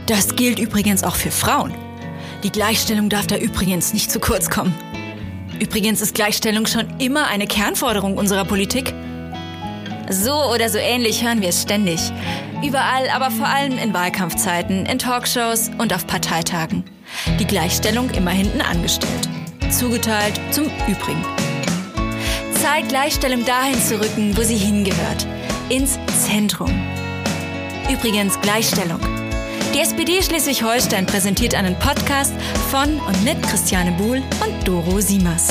Das gilt übrigens auch für Frauen. Die Gleichstellung darf da übrigens nicht zu kurz kommen. Übrigens ist Gleichstellung schon immer eine Kernforderung unserer Politik. So oder so ähnlich hören wir es ständig. Überall, aber vor allem in Wahlkampfzeiten, in Talkshows und auf Parteitagen. Die Gleichstellung immer hinten angestellt. Zugeteilt zum Übrigen. Zeit, Gleichstellung dahin zu rücken, wo sie hingehört. Ins Zentrum. Übrigens Gleichstellung. Die SPD Schleswig-Holstein präsentiert einen Podcast von und mit Christiane Buhl und Doro Siemers.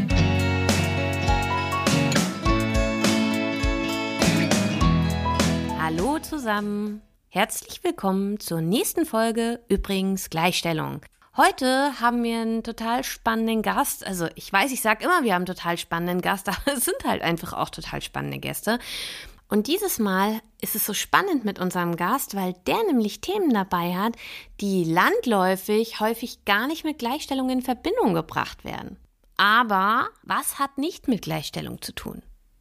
Hallo zusammen. Herzlich willkommen zur nächsten Folge Übrigens Gleichstellung. Heute haben wir einen total spannenden Gast. Also ich weiß, ich sage immer, wir haben einen total spannenden Gast, aber es sind halt einfach auch total spannende Gäste. Und dieses Mal ist es so spannend mit unserem Gast, weil der nämlich Themen dabei hat, die landläufig häufig gar nicht mit Gleichstellung in Verbindung gebracht werden. Aber was hat nicht mit Gleichstellung zu tun?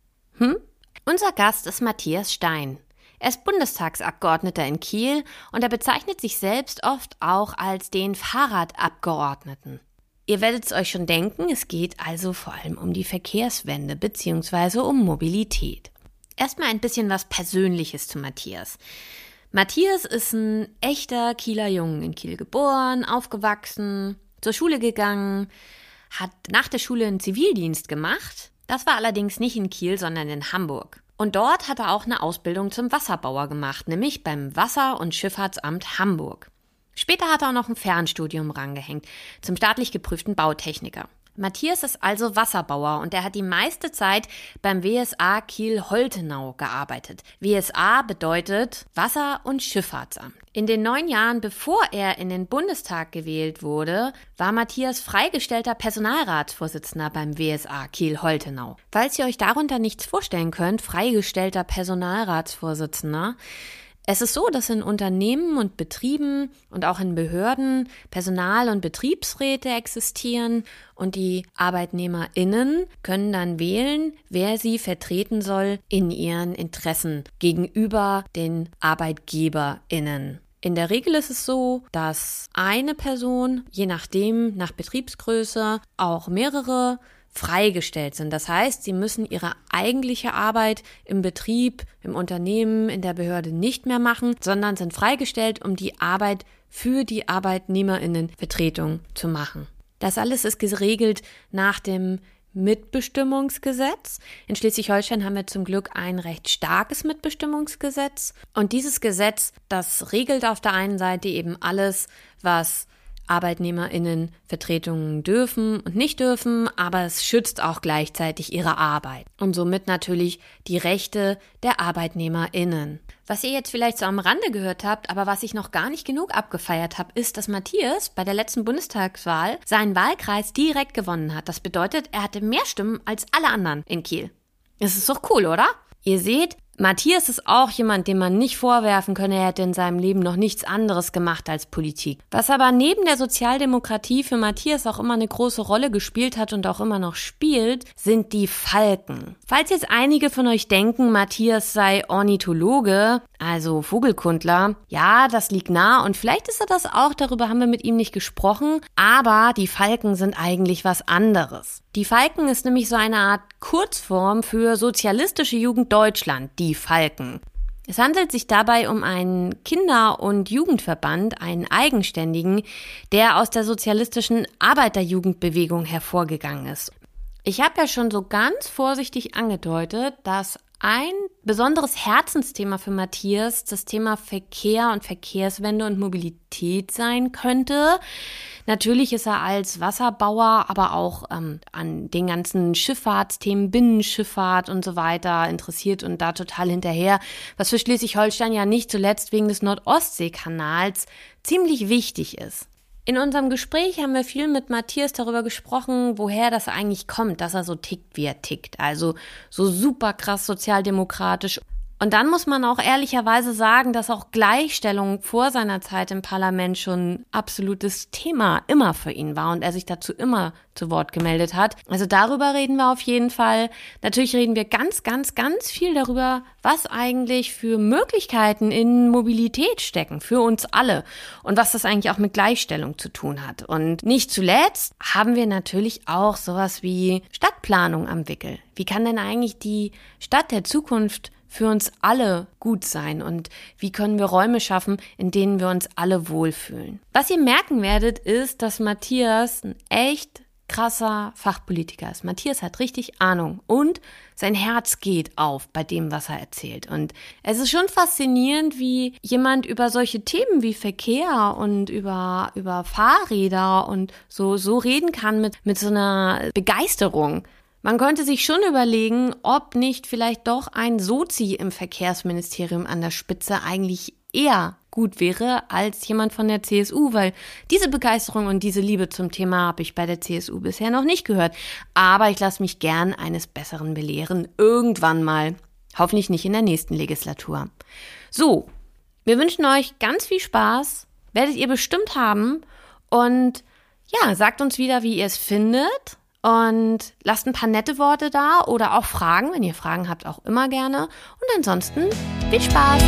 Unser Gast ist Matthias Stein. Er ist Bundestagsabgeordneter in Kiel und er bezeichnet sich selbst oft auch als den Fahrradabgeordneten. Ihr werdet es euch schon denken, es geht also vor allem um die Verkehrswende bzw. um Mobilität. Erstmal ein bisschen was Persönliches zu Matthias. Matthias ist ein echter Kieler Junge, in Kiel geboren, aufgewachsen, zur Schule gegangen, hat nach der Schule einen Zivildienst gemacht. Das war allerdings nicht in Kiel, sondern in Hamburg. Und dort hat er auch eine Ausbildung zum Wasserbauer gemacht, nämlich beim Wasser- und Schifffahrtsamt Hamburg. Später hat er auch noch ein Fernstudium rangehängt, zum staatlich geprüften Bautechniker. Matthias ist also Wasserbauer und er hat die meiste Zeit beim WSA Kiel-Holtenau gearbeitet. WSA bedeutet Wasser- und Schifffahrtsamt. In den 9 Jahren, bevor er in den Bundestag gewählt wurde, war Matthias freigestellter Personalratsvorsitzender beim WSA Kiel-Holtenau. Falls ihr euch darunter nichts vorstellen könnt, freigestellter Personalratsvorsitzender, es ist so, dass in Unternehmen und Betrieben und auch in Behörden Personal- und Betriebsräte existieren und die ArbeitnehmerInnen können dann wählen, wer sie vertreten soll in ihren Interessen gegenüber den ArbeitgeberInnen. In der Regel ist es so, dass eine Person, je nachdem, nach Betriebsgröße, auch mehrere freigestellt sind. Das heißt, sie müssen ihre eigentliche Arbeit im Betrieb, im Unternehmen, in der Behörde nicht mehr machen, sondern sind freigestellt, um die Arbeit für die ArbeitnehmerInnenvertretung zu machen. Das alles ist geregelt nach dem Mitbestimmungsgesetz. In Schleswig-Holstein haben wir zum Glück ein recht starkes Mitbestimmungsgesetz. Und dieses Gesetz, das regelt auf der einen Seite eben alles, was ArbeitnehmerInnenvertretungen dürfen und nicht dürfen, aber es schützt auch gleichzeitig ihre Arbeit und somit natürlich die Rechte der ArbeitnehmerInnen. Was ihr jetzt vielleicht so am Rande gehört habt, aber was ich noch gar nicht genug abgefeiert habe, ist, dass Matthias bei der letzten Bundestagswahl seinen Wahlkreis direkt gewonnen hat. Das bedeutet, er hatte mehr Stimmen als alle anderen in Kiel. Das ist doch cool, oder? Ihr seht, Matthias ist auch jemand, dem man nicht vorwerfen könne, er hätte in seinem Leben noch nichts anderes gemacht als Politik. Was aber neben der Sozialdemokratie für Matthias auch immer eine große Rolle gespielt hat und auch immer noch spielt, sind die Falken. Falls jetzt einige von euch denken, Matthias sei Ornithologe, also Vogelkundler, ja, das liegt nah und vielleicht ist er das auch, darüber haben wir mit ihm nicht gesprochen, aber die Falken sind eigentlich was anderes. Die Falken ist nämlich so eine Art Kurzform für Sozialistische Jugend Deutschland, die Falken. Es handelt sich dabei um einen Kinder- und Jugendverband, einen eigenständigen, der aus der sozialistischen Arbeiterjugendbewegung hervorgegangen ist. Ich habe ja schon so ganz vorsichtig angedeutet, dass ein besonderes Herzensthema für Matthias das Thema Verkehr und Verkehrswende und Mobilität sein könnte. Natürlich ist er als Wasserbauer, aber auch an den ganzen Schifffahrtsthemen, Binnenschifffahrt und so weiter interessiert und da total hinterher, was für Schleswig-Holstein ja nicht zuletzt wegen des Nordostseekanals ziemlich wichtig ist. In unserem Gespräch haben wir viel mit Matthias darüber gesprochen, woher das eigentlich kommt, dass er so tickt, wie er tickt. Also so super krass sozialdemokratisch Und dann muss man auch ehrlicherweise sagen, dass auch Gleichstellung vor seiner Zeit im Parlament schon absolutes Thema immer für ihn war und er sich dazu immer zu Wort gemeldet hat. Also darüber reden wir auf jeden Fall. Natürlich reden wir ganz, ganz, ganz viel darüber, was eigentlich für Möglichkeiten in Mobilität stecken, für uns alle und was das eigentlich auch mit Gleichstellung zu tun hat. Und nicht zuletzt haben wir natürlich auch sowas wie Stadtplanung am Wickel. Wie kann denn eigentlich die Stadt der Zukunft für uns alle gut sein und wie können wir Räume schaffen, in denen wir uns alle wohlfühlen. Was ihr merken werdet, ist, dass Matthias ein echt krasser Fachpolitiker ist. Matthias hat richtig Ahnung und sein Herz geht auf bei dem, was er erzählt. Und es ist schon faszinierend, wie jemand über solche Themen wie Verkehr und über Fahrräder und so reden kann mit so einer Begeisterung. Man könnte sich schon überlegen, ob nicht vielleicht doch ein Sozi im Verkehrsministerium an der Spitze eigentlich eher gut wäre als jemand von der CSU, weil diese Begeisterung und diese Liebe zum Thema habe ich bei der CSU bisher noch nicht gehört. Aber ich lasse mich gern eines Besseren belehren, irgendwann mal. Hoffentlich nicht in der nächsten Legislatur. So, wir wünschen euch ganz viel Spaß, werdet ihr bestimmt haben und ja, sagt uns wieder, wie ihr es findet. Und lasst ein paar nette Worte da oder auch Fragen, wenn ihr Fragen habt, auch immer gerne. Und ansonsten viel Spaß!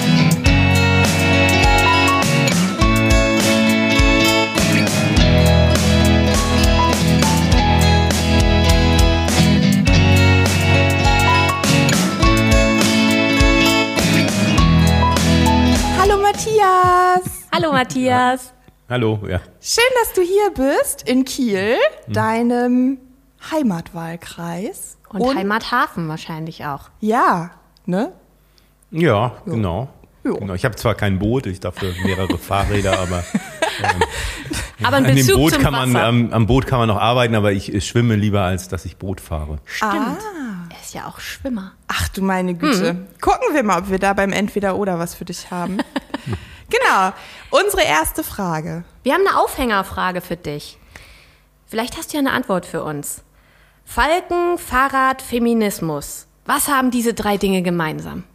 Hallo Matthias! Hallo Matthias! Hallo, ja. Schön, dass du hier bist in Kiel, deinem Heimatwahlkreis. Und Heimathafen wahrscheinlich auch. Ja, ne? Ja, genau. Jo. Genau. Ich habe zwar kein Boot, ich dafür mehrere Fahrräder, aber Aber ein an dem Bezug Boot zum kann man, Wasser. am Boot kann man noch arbeiten, aber ich schwimme lieber, als dass ich Boot fahre. Stimmt. Er ist ja auch Schwimmer. Ach du meine Güte. Gucken wir mal, ob wir da beim Entweder-Oder was für dich haben. Genau. Unsere erste Frage. Wir haben eine Aufhängerfrage für dich. Vielleicht hast du ja eine Antwort für uns. Falken, Fahrrad, Feminismus. Was haben diese 3 Dinge gemeinsam?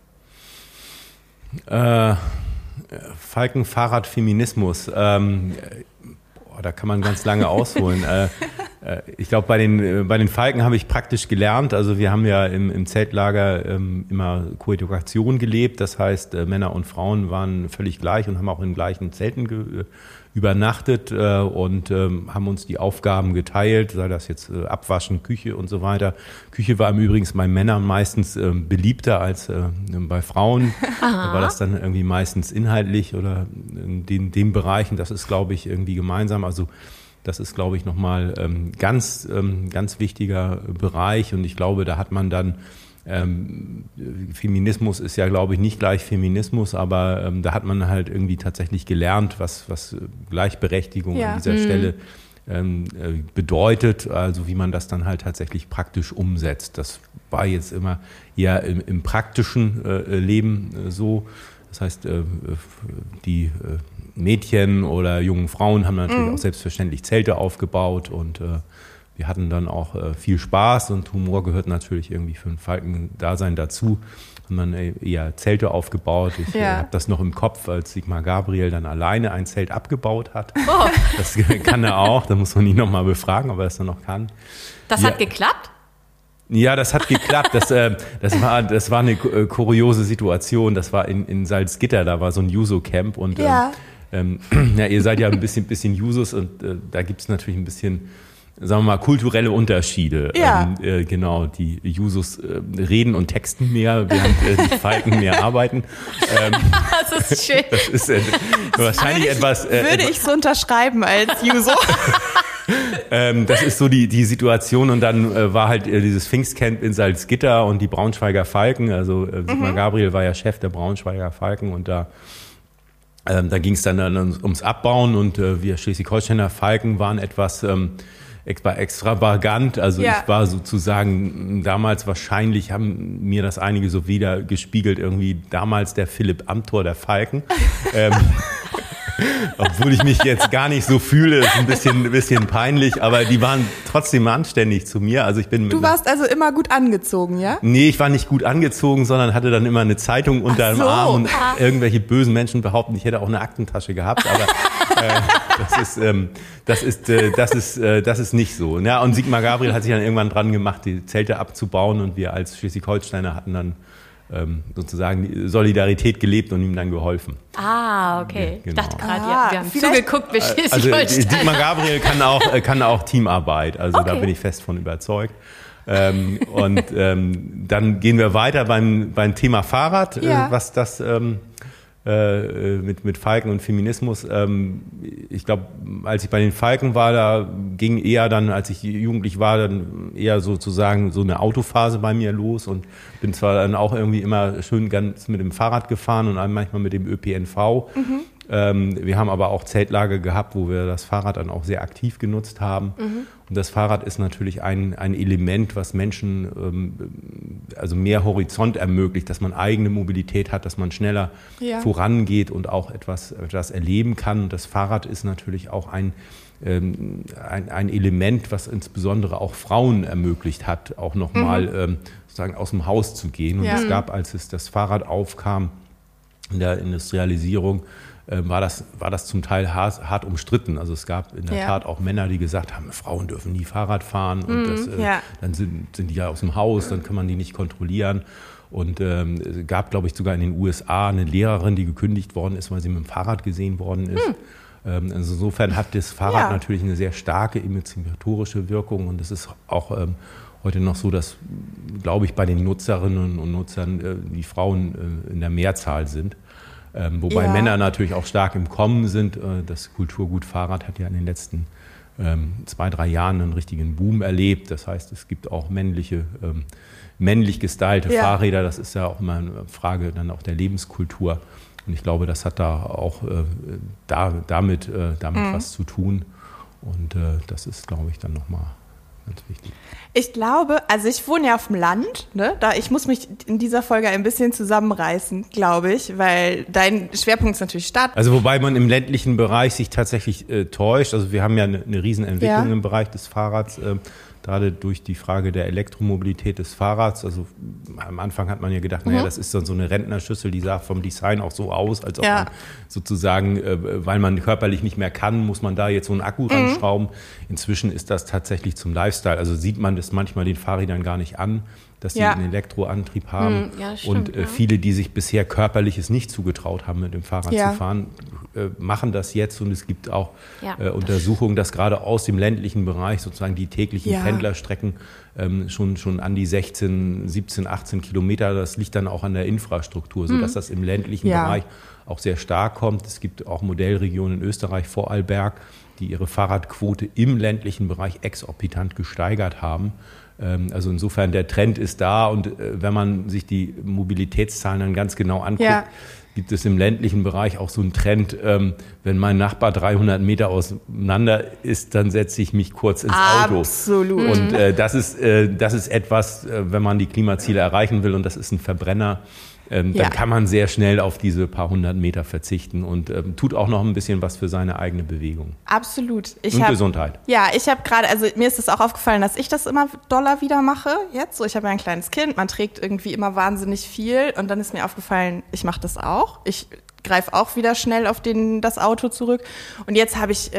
Falken, Fahrrad, Feminismus. Da kann man ganz lange ausholen. Ich glaube, bei den Falken habe ich praktisch gelernt. Also wir haben ja im Zeltlager immer Koedukation gelebt. Das heißt, Männer und Frauen waren völlig gleich und haben auch in gleichen Zelten übernachtet und haben uns die Aufgaben geteilt, sei das jetzt Abwaschen, Küche und so weiter. Küche war im Übrigen bei Männern meistens beliebter als bei Frauen. Da war das dann irgendwie meistens inhaltlich oder in den Bereichen. Das ist, glaube ich, irgendwie gemeinsam. Also das ist, glaube ich, nochmal ganz wichtiger Bereich und ich glaube, da hat man dann Feminismus ist ja, glaube ich, nicht gleich Feminismus, aber da hat man halt irgendwie tatsächlich gelernt, was Gleichberechtigung an dieser Stelle bedeutet, also wie man das dann halt tatsächlich praktisch umsetzt. Das war jetzt immer eher im praktischen Leben so. Das heißt, die Mädchen oder jungen Frauen haben natürlich auch selbstverständlich Zelte aufgebaut und wir hatten dann auch viel Spaß und Humor gehört natürlich irgendwie für ein Falkendasein dazu. Haben dann eher Zelte aufgebaut. Ich habe das noch im Kopf, als Sigmar Gabriel dann alleine ein Zelt abgebaut hat. Oh. Das kann er auch, da muss man ihn nochmal befragen, ob er das dann noch kann. Das hat geklappt? Ja, das hat geklappt. Das war eine kuriose Situation. Das war in Salzgitter, da war so ein Juso-Camp und ihr seid ja ein bisschen Jusos und da gibt es natürlich ein bisschen, sagen wir mal, kulturelle Unterschiede. Ja. Genau, die Jusos reden und texten mehr, während die Falken mehr arbeiten. Das ist schön. Das ist wahrscheinlich Würde ich so unterschreiben als Juso. Das ist so die Situation und dann war halt dieses Pfingstcamp in Salzgitter und die Braunschweiger Falken, also Sigmar Gabriel war ja Chef der Braunschweiger Falken und da ging es dann ums Abbauen und wir Schleswig-Holsteiner Falken waren etwas extravagant, also ich war sozusagen damals, wahrscheinlich haben mir das einige so wieder gespiegelt, irgendwie damals der Philipp Amthor der Falken. Obwohl ich mich jetzt gar nicht so fühle, ist ein bisschen peinlich, aber die waren trotzdem anständig zu mir. Also Du warst also immer gut angezogen, ja? Nee, ich war nicht gut angezogen, sondern hatte dann immer eine Zeitung unter dem Arm und irgendwelche bösen Menschen behaupten, ich hätte auch eine Aktentasche gehabt, aber das ist nicht so. Ja, und Sigmar Gabriel hat sich dann irgendwann dran gemacht, die Zelte abzubauen und wir als Schleswig-Holsteiner hatten dann sozusagen die Solidarität gelebt und ihm dann geholfen. Ah, okay. Ja, genau. Ich dachte gerade, wir haben vielleicht- zugeguckt, wie Also Sigmar Gabriel kann auch Teamarbeit, also da bin ich fest von überzeugt. Dann gehen wir weiter beim Thema Fahrrad, was das mit Falken und Feminismus. Ich glaube, als ich bei den Falken war, da ging eher dann, als ich jugendlich war, dann eher sozusagen so eine Autophase bei mir los und bin zwar dann auch irgendwie immer schön ganz mit dem Fahrrad gefahren und manchmal mit dem ÖPNV. Wir haben aber auch Zeltlager gehabt, wo wir das Fahrrad dann auch sehr aktiv genutzt haben. Und das Fahrrad ist natürlich ein Element, was Menschen also mehr Horizont ermöglicht, dass man eigene Mobilität hat, dass man schneller vorangeht und auch etwas erleben kann. Und das Fahrrad ist natürlich auch ein Element, was insbesondere auch Frauen ermöglicht hat, auch nochmal sozusagen aus dem Haus zu gehen. Und es gab, als das Fahrrad aufkam in der Industrialisierung, war das zum Teil hart umstritten. Also es gab in der Tat auch Männer, die gesagt haben, Frauen dürfen nie Fahrrad fahren und dann sind die ja aus dem Haus, dann kann man die nicht kontrollieren. Und es gab, glaube ich, sogar in den USA eine Lehrerin, die gekündigt worden ist, weil sie mit dem Fahrrad gesehen worden ist. Also insofern hat das Fahrrad natürlich eine sehr starke emanzipatorische Wirkung und es ist auch heute noch so, dass, glaube ich, bei den Nutzerinnen und Nutzern die Frauen in der Mehrzahl sind. Wobei Männer natürlich auch stark im Kommen sind. Das Kulturgut Fahrrad hat ja in den letzten 2-3 Jahren einen richtigen Boom erlebt. Das heißt, es gibt auch männlich gestylte Fahrräder. Das ist ja auch immer eine Frage dann auch der Lebenskultur. Und ich glaube, das hat da auch damit was zu tun. Und das ist, glaube ich, dann nochmal ganz wichtig. Ich glaube, also ich wohne ja auf dem Land, ne? Ich muss mich in dieser Folge ein bisschen zusammenreißen, glaube ich, weil dein Schwerpunkt ist natürlich Stadt. Also wobei man im ländlichen Bereich sich tatsächlich täuscht. Also wir haben ja eine Riesenentwicklung im Bereich des Fahrrads, gerade durch die Frage der Elektromobilität des Fahrrads. Also am Anfang hat man ja gedacht, naja, das ist dann so eine Rentnerschüssel, die sah vom Design auch so aus, als ob man sozusagen, weil man körperlich nicht mehr kann, muss man da jetzt so einen Akku ranschrauben. Inzwischen ist das tatsächlich zum Lifestyle. Also sieht man das manchmal den Fahrrädern gar nicht an, dass die einen Elektroantrieb haben. Ja, stimmt, und viele, die sich bisher Körperliches nicht zugetraut haben, mit dem Fahrrad zu fahren, machen das jetzt. Und es gibt auch Untersuchungen, dass gerade aus dem ländlichen Bereich sozusagen die täglichen Pendlerstrecken schon an die 16, 17, 18 Kilometer, das liegt dann auch an der Infrastruktur, sodass das im ländlichen Bereich auch sehr stark kommt. Es gibt auch Modellregionen in Österreich, Vorarlberg, die ihre Fahrradquote im ländlichen Bereich exorbitant gesteigert haben. Also insofern, der Trend ist da und wenn man sich die Mobilitätszahlen dann ganz genau anguckt, gibt es im ländlichen Bereich auch so einen Trend, wenn mein Nachbar 300 Meter auseinander ist, dann setze ich mich kurz ins Auto. Absolut. Und das ist etwas, wenn man die Klimaziele erreichen will und das ist ein Verbrenner, dann kann man sehr schnell auf diese paar 100 Meter verzichten und tut auch noch ein bisschen was für seine eigene Bewegung. Absolut. Und Gesundheit. Ja, ich habe gerade, also mir ist es auch aufgefallen, dass ich das immer doller wieder mache jetzt. So, ich habe ja ein kleines Kind, man trägt irgendwie immer wahnsinnig viel und dann ist mir aufgefallen, ich mache das auch. Ich greife auch wieder schnell auf das Auto zurück. Und jetzt habe ich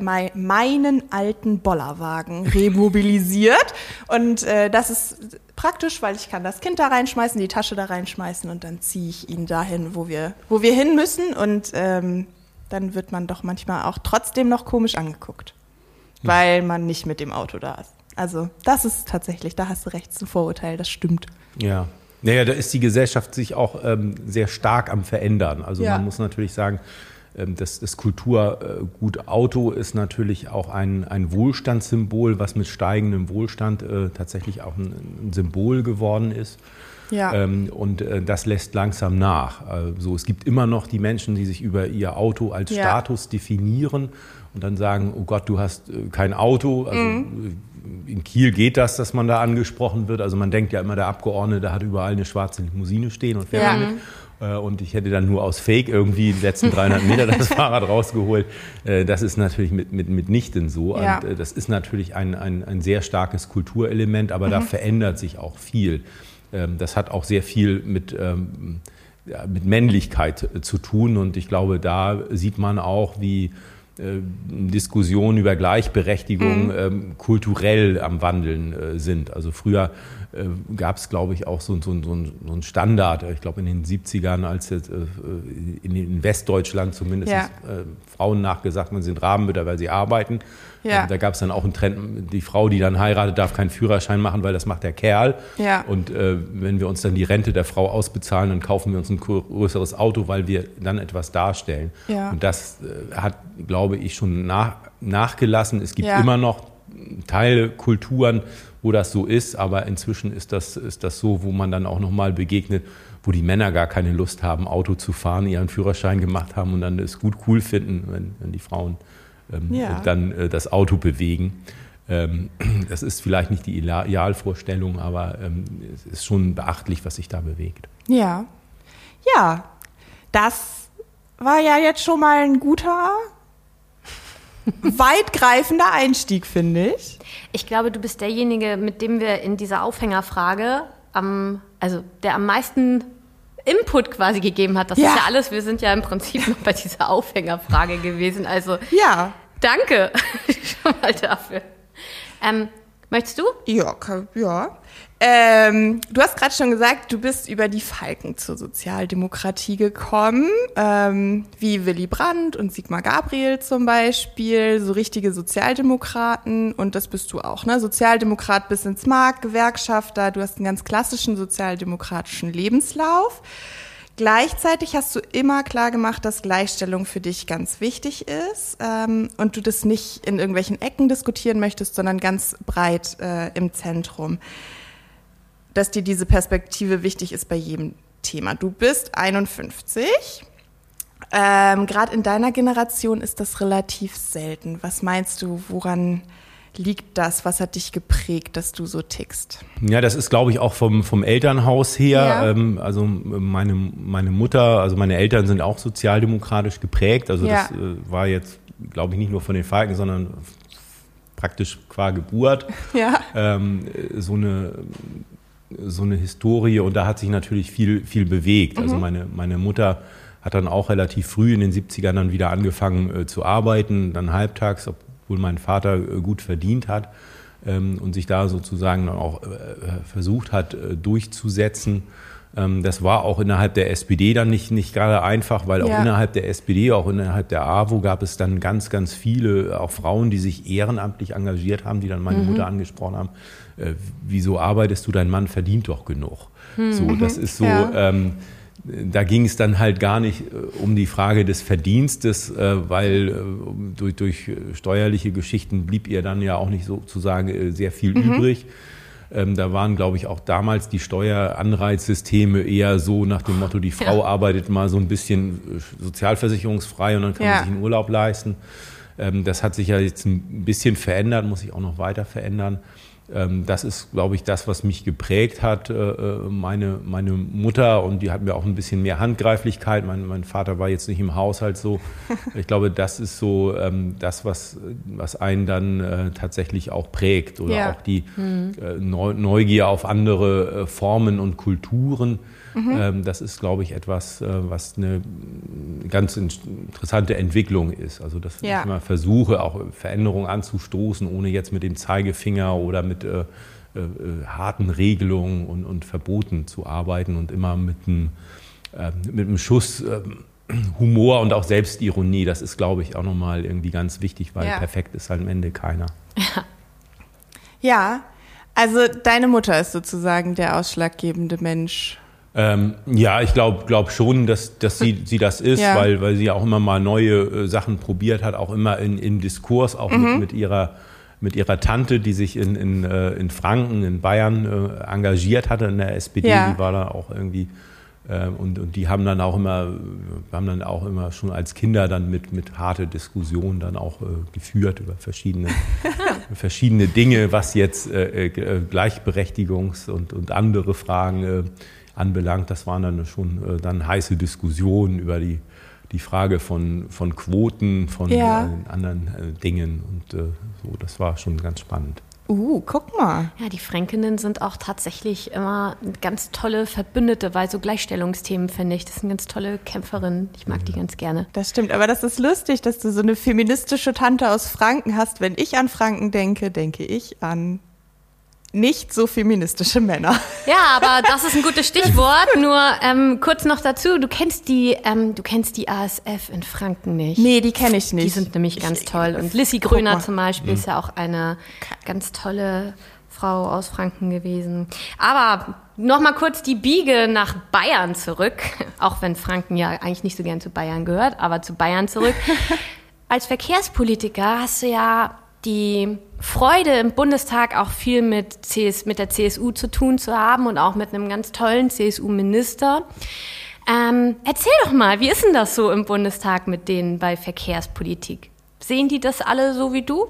meinen alten Bollerwagen remobilisiert. Und das ist praktisch, weil ich kann das Kind da reinschmeißen, die Tasche da reinschmeißen und dann ziehe ich ihn dahin, wo wir hin müssen. Und dann wird man doch manchmal auch trotzdem noch komisch angeguckt, weil man nicht mit dem Auto da ist. Also das ist tatsächlich, da hast du recht, ein Vorurteil, das stimmt. Ja. Naja, da ist die Gesellschaft sich auch sehr stark am Verändern. Also man muss natürlich sagen, das Kulturgut Auto ist natürlich auch ein Wohlstandssymbol, was mit steigendem Wohlstand tatsächlich auch ein Symbol geworden ist. Ja. Und das lässt langsam nach. Also es gibt immer noch die Menschen, die sich über ihr Auto als Status definieren und dann sagen, oh Gott, du hast kein Auto. Also in Kiel geht das, dass man da angesprochen wird. Also man denkt ja immer, der Abgeordnete hat überall eine schwarze Limousine stehen und fährt damit. und ich hätte dann nur aus Fake irgendwie die letzten 300 Meter das Fahrrad rausgeholt. Das ist natürlich mitnichten so. Ja. Und das ist natürlich ein sehr starkes Kulturelement, aber da verändert sich auch viel. Das hat auch sehr viel mit Männlichkeit zu tun und ich glaube, da sieht man auch, wie Diskussionen über Gleichberechtigung kulturell am Wandeln sind. Also früher gab es, glaube ich, auch so einen Standard. Ich glaube, in den 70ern, als jetzt in Westdeutschland zumindest Frauen nachgesagt, man sind Rabenmütter, weil sie arbeiten. Ja. Da gab es dann auch einen Trend, die Frau, die dann heiratet, darf keinen Führerschein machen, weil das macht der Kerl. Ja. Und wenn wir uns dann die Rente der Frau ausbezahlen, dann kaufen wir uns ein größeres Auto, weil wir dann etwas darstellen. Ja. Und das hat, glaube ich, schon nachgelassen. Es gibt immer noch Teilkulturen, wo das so ist, aber inzwischen ist das so, wo man dann auch nochmal begegnet, wo die Männer gar keine Lust haben, Auto zu fahren, ihren Führerschein gemacht haben und dann es gut cool finden, wenn die Frauen dann das Auto bewegen. Das ist vielleicht nicht die Idealvorstellung, aber es ist schon beachtlich, was sich da bewegt. Ja. Ja, das war ja jetzt schon mal ein guter, weitgreifender Einstieg, finde ich. Ich glaube, du bist derjenige, mit dem wir in dieser Aufhängerfrage der am meisten Input quasi gegeben hat. Das ist ja alles, wir sind ja im Prinzip noch bei dieser Aufhängerfrage gewesen. Also danke schon mal dafür. Möchtest du? Ja. Du hast gerade schon gesagt, du bist über die Falken zur Sozialdemokratie gekommen, wie Willy Brandt und Sigmar Gabriel zum Beispiel, so richtige Sozialdemokraten, und das bist du auch, ne? Sozialdemokrat bis ins Mark, Gewerkschafter, du hast einen ganz klassischen sozialdemokratischen Lebenslauf. Gleichzeitig hast du immer klar gemacht, dass Gleichstellung für dich ganz wichtig ist und du das nicht in irgendwelchen Ecken diskutieren möchtest, sondern ganz breit im Zentrum. Dass dir diese Perspektive wichtig ist bei jedem Thema. Du bist 51. Gerade in deiner Generation ist das relativ selten. Was meinst du, woran liegt das? Was hat dich geprägt, dass du so tickst? Ja, das ist, glaube ich, auch vom Elternhaus her. Ja. Also meine Mutter, also meine Eltern sind auch sozialdemokratisch geprägt. Also das war jetzt, glaube ich, nicht nur von den Falken, sondern praktisch qua Geburt. Ja. So eine Historie, und da hat sich natürlich viel bewegt. Also meine Mutter hat dann auch relativ früh in den 70ern dann wieder angefangen zu arbeiten, dann halbtags, obwohl mein Vater gut verdient hat und sich da sozusagen auch versucht hat durchzusetzen. Das war auch innerhalb der SPD dann nicht gerade einfach, weil auch innerhalb der SPD, auch innerhalb der AWO gab es dann ganz, ganz viele, auch Frauen, die sich ehrenamtlich engagiert haben, die dann meine Mutter angesprochen haben. Wieso arbeitest du, dein Mann verdient doch genug. So, das ist so, da ging es dann halt gar nicht um die Frage des Verdienstes, weil durch steuerliche Geschichten blieb ihr dann ja auch nicht sozusagen sehr viel übrig. Da waren, glaube ich, auch damals die Steueranreizsysteme eher so nach dem Motto, die Frau arbeitet mal so ein bisschen sozialversicherungsfrei und dann kann man sich einen Urlaub leisten. Das hat sich ja jetzt ein bisschen verändert, muss sich auch noch weiter verändern. Das ist, glaube ich, das, was mich geprägt hat, meine Mutter, und die hat mir auch ein bisschen mehr Handgreiflichkeit. Mein Vater war jetzt nicht im Haushalt so. Ich glaube, das ist so das, was einen dann tatsächlich auch prägt, oder auch die Neugier auf andere Formen und Kulturen. Das ist, glaube ich, etwas, was eine ganz interessante Entwicklung ist. Also, dass ich immer versuche, auch Veränderungen anzustoßen, ohne jetzt mit dem Zeigefinger oder mit harten Regelungen und Verboten zu arbeiten, und immer mit einem Schuss Humor und auch Selbstironie. Das ist, glaube ich, auch nochmal irgendwie ganz wichtig, weil perfekt ist halt am Ende keiner. Ja, also deine Mutter ist sozusagen der ausschlaggebende Mensch. Ich glaube schon, dass sie das ist, weil sie auch immer mal neue Sachen probiert hat, auch immer in Diskurs, auch mit ihrer Tante, die sich in Franken, in Bayern engagiert hatte in der SPD. Die war da auch irgendwie und die haben dann auch immer schon als Kinder dann mit harte Diskussionen dann auch geführt über verschiedene Dinge, was jetzt Gleichberechtigungs- und andere Fragen anbelangt. Das waren dann schon dann heiße Diskussionen über die Frage von Quoten, von anderen Dingen und so. Das war schon ganz spannend. Guck mal. Ja, die Fränkinnen sind auch tatsächlich immer ganz tolle Verbündete, weil so Gleichstellungsthemen, finde ich, das sind ganz tolle Kämpferinnen. Ich mag die ganz gerne. Das stimmt, aber das ist lustig, dass du so eine feministische Tante aus Franken hast. Wenn ich an Franken denke, denke ich an nicht so feministische Männer. Ja, aber das ist ein gutes Stichwort. Nur kurz noch dazu, du kennst die ASF in Franken nicht. Nee, die kenne ich nicht. Die sind nämlich ganz toll. Und Lissy Gröner zum Beispiel ist ja auch eine ganz tolle Frau aus Franken gewesen. Aber noch mal kurz die Biege nach Bayern zurück. Auch wenn Franken ja eigentlich nicht so gern zu Bayern gehört, aber zu Bayern zurück. Als Verkehrspolitiker hast du ja die Freude im Bundestag auch viel mit der CSU zu tun zu haben und auch mit einem ganz tollen CSU-Minister. Erzähl doch mal, wie ist denn das so im Bundestag mit denen bei Verkehrspolitik? Sehen die das alle so wie du?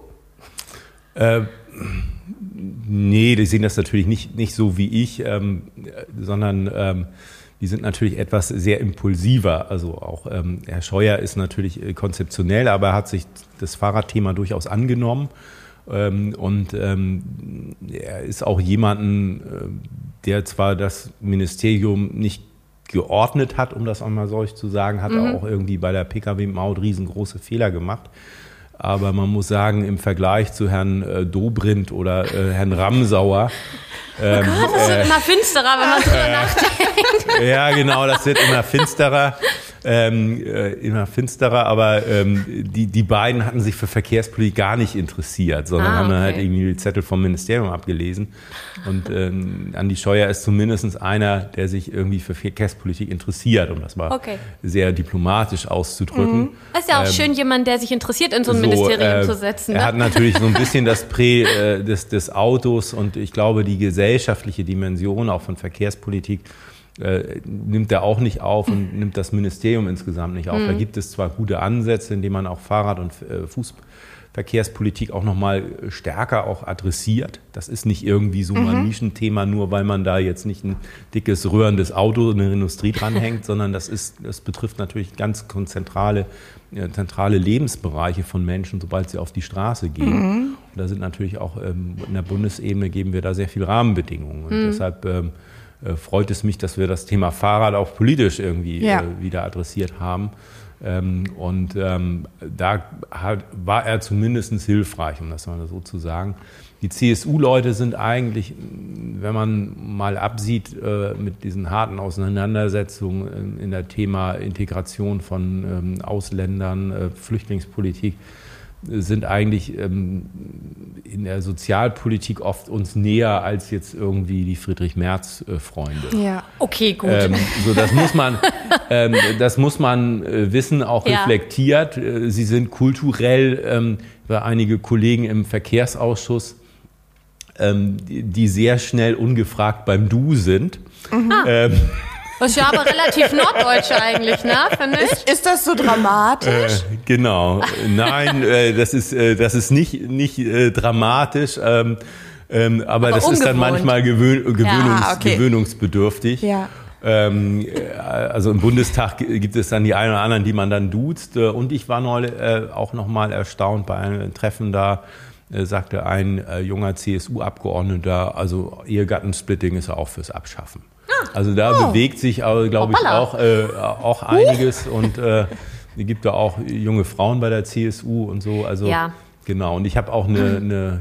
Nee, die sehen das natürlich nicht so wie ich, sondern die sind natürlich etwas sehr impulsiver. Also auch Herr Scheuer ist natürlich konzeptionell, aber er hat sich das Fahrradthema durchaus angenommen. Und er ist auch jemanden, der zwar das Ministerium nicht geordnet hat, um das einmal solch zu sagen, hat er auch irgendwie bei der Pkw-Maut riesengroße Fehler gemacht. Aber man muss sagen, im Vergleich zu Herrn Dobrindt oder Herrn Ramsauer. Das wird immer finsterer, wenn man drüber nachdenkt. Ja, genau, das wird immer finsterer. Aber die beiden hatten sich für Verkehrspolitik gar nicht interessiert, sondern haben dann halt irgendwie die Zettel vom Ministerium abgelesen. Und Andi Scheuer ist zumindest einer, der sich irgendwie für Verkehrspolitik interessiert, um das mal sehr diplomatisch auszudrücken. Das ist ja auch schön, jemand, der sich interessiert, in so ein Ministerium zu setzen. Ne? Er hat natürlich so ein bisschen das des Autos und ich glaube, die gesellschaftliche Dimension auch von Verkehrspolitik nimmt er auch nicht auf und nimmt das Ministerium insgesamt nicht auf. Da gibt es zwar gute Ansätze, indem man auch Fahrrad- und Fußverkehrspolitik auch nochmal stärker auch adressiert. Das ist nicht irgendwie so ein Nischenthema, nur weil man da jetzt nicht ein dickes, rührendes Auto in der Industrie dranhängt, sondern das betrifft natürlich ganz zentrale Lebensbereiche von Menschen, sobald sie auf die Straße gehen. Und da sind natürlich auch in der Bundesebene geben wir da sehr viele Rahmenbedingungen. Und deshalb freut es mich, dass wir das Thema Fahrrad auch politisch irgendwie wieder adressiert haben. Da war er zumindest hilfreich, um das mal so zu sagen. Die CSU-Leute sind eigentlich, wenn man mal absieht mit diesen harten Auseinandersetzungen in der Thema Integration von Ausländern, Flüchtlingspolitik, sind eigentlich in der Sozialpolitik oft uns näher als jetzt irgendwie die Friedrich-Merz-Freunde. Ja, okay, gut. Das muss man wissen, auch reflektiert. Sie sind kulturell, einige Kollegen im Verkehrsausschuss, die sehr schnell ungefragt beim Du sind. Das ist ja aber relativ norddeutsch eigentlich, ne? Finde ich. Ist das so dramatisch? Genau. Nein, das ist nicht dramatisch, aber das ist dann manchmal gewöhnungsbedürftig. Ja. Also im Bundestag gibt es dann die einen oder anderen, die man dann duzt. Und ich war neulich auch nochmal erstaunt bei einem Treffen da, sagte ein junger CSU-Abgeordneter, also Ehegattensplitting ist auch fürs Abschaffen. Also da bewegt sich, glaube ich, auch einiges und es gibt da auch junge Frauen bei der CSU und so. Also genau. Und ich habe auch eine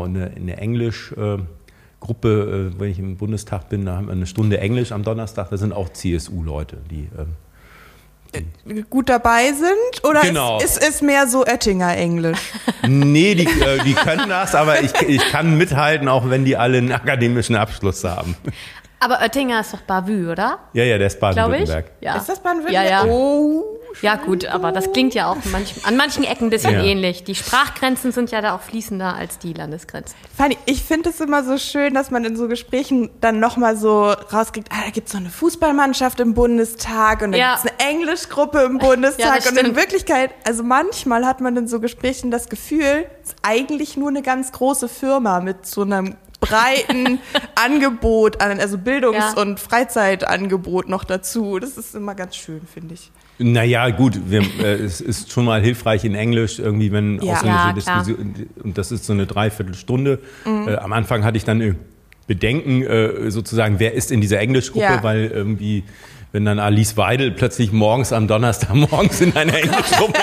Englisch-Gruppe, wenn ich im Bundestag bin, da haben wir eine Stunde Englisch am Donnerstag. Da sind auch CSU-Leute, die gut dabei sind? Oder genau. ist es mehr so Oettinger-Englisch? Nee, die können das, aber ich kann mithalten, auch wenn die alle einen akademischen Abschluss haben. Aber Oettinger ist doch Bavü, oder? Ja, der ist Baden-Württemberg. Ja. Ist das Baden-Württemberg? Ja. Oh. Ja gut, aber das klingt ja auch an manchen Ecken ein bisschen ähnlich. Die Sprachgrenzen sind ja da auch fließender als die Landesgrenzen. Fanny, ich finde es immer so schön, dass man in so Gesprächen dann nochmal so rauskriegt, da gibt es so eine Fußballmannschaft im Bundestag und dann gibt es eine Englischgruppe im Bundestag. Und in Wirklichkeit, also manchmal hat man in so Gesprächen das Gefühl, es ist eigentlich nur eine ganz große Firma mit so einem breiten Angebot, also Bildungs- und Freizeitangebot noch dazu. Das ist immer ganz schön, finde ich. Naja, gut, es ist schon mal hilfreich in Englisch, irgendwie, wenn ausländische Diskussion, und das ist so eine Dreiviertelstunde. Am Anfang hatte ich dann Bedenken, sozusagen, wer ist in dieser Englischgruppe, weil irgendwie, wenn dann Alice Weidel plötzlich morgens am Donnerstagmorgens in einer Englischgruppe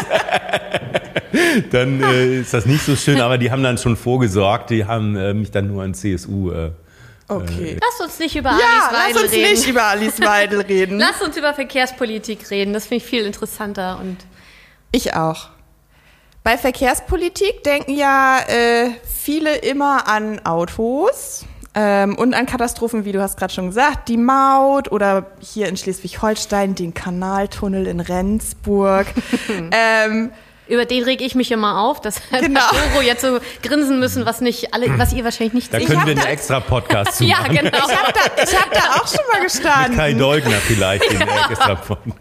ist, dann ist das nicht so schön, aber die haben dann schon vorgesorgt, die haben mich dann nur an CSU Okay. Lass uns nicht über Alice Weidel reden. Lass uns nicht über Alice Weidel reden. Lass uns über Verkehrspolitik reden. Das finde ich viel interessanter. Und ich auch. Bei Verkehrspolitik denken ja viele immer an Autos und an Katastrophen, wie du hast gerade schon gesagt, die Maut oder hier in Schleswig-Holstein den Kanaltunnel in Rendsburg. über den reg ich mich immer auf, dass Doro jetzt so grinsen müssen, was ihr wahrscheinlich nicht seht. Da können wir einen extra Podcast zu machen. Ja, genau. Ich hab da auch schon mal gestanden. Mit Kai Deugner vielleicht den extra Podcast.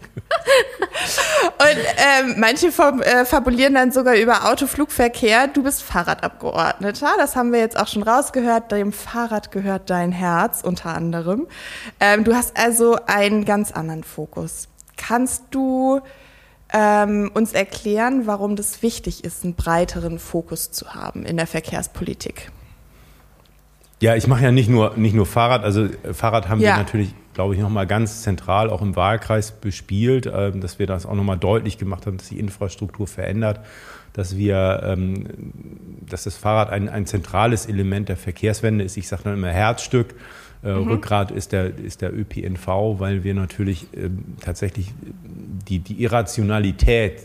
Und manche fabulieren dann sogar über Autoflugverkehr. Du bist Fahrradabgeordneter, das haben wir jetzt auch schon rausgehört. Dem Fahrrad gehört dein Herz unter anderem. Du hast also einen ganz anderen Fokus. Kannst du uns erklären, warum das wichtig ist, einen breiteren Fokus zu haben in der Verkehrspolitik? Ja, ich mache ja nicht nur Fahrrad. Also Fahrrad haben wir natürlich, glaube ich, nochmal ganz zentral auch im Wahlkreis bespielt, dass wir das auch nochmal deutlich gemacht haben, dass die Infrastruktur verändert, dass das Fahrrad ein zentrales Element der Verkehrswende ist. Ich sage dann immer Herzstück. Rückgrat ist der ÖPNV, weil wir natürlich tatsächlich die Irrationalität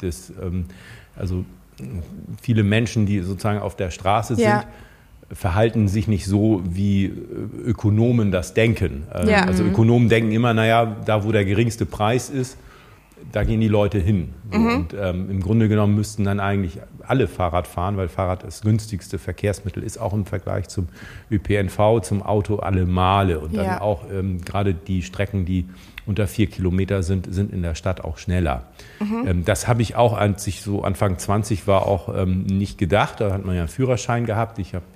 also viele Menschen, die sozusagen auf der Straße sind, verhalten sich nicht so, wie Ökonomen das denken. Also Ökonomen denken immer, da wo der geringste Preis ist, da gehen die Leute hin. So. Und im Grunde genommen müssten dann eigentlich alle Fahrrad fahren, weil Fahrrad das günstigste Verkehrsmittel ist, auch im Vergleich zum ÖPNV, zum Auto alle Male. Und dann auch gerade die Strecken, die unter 4 Kilometer sind in der Stadt auch schneller. Das habe ich auch, als ich so Anfang 20 war, auch nicht gedacht. Da hat man ja einen Führerschein gehabt. Ich habe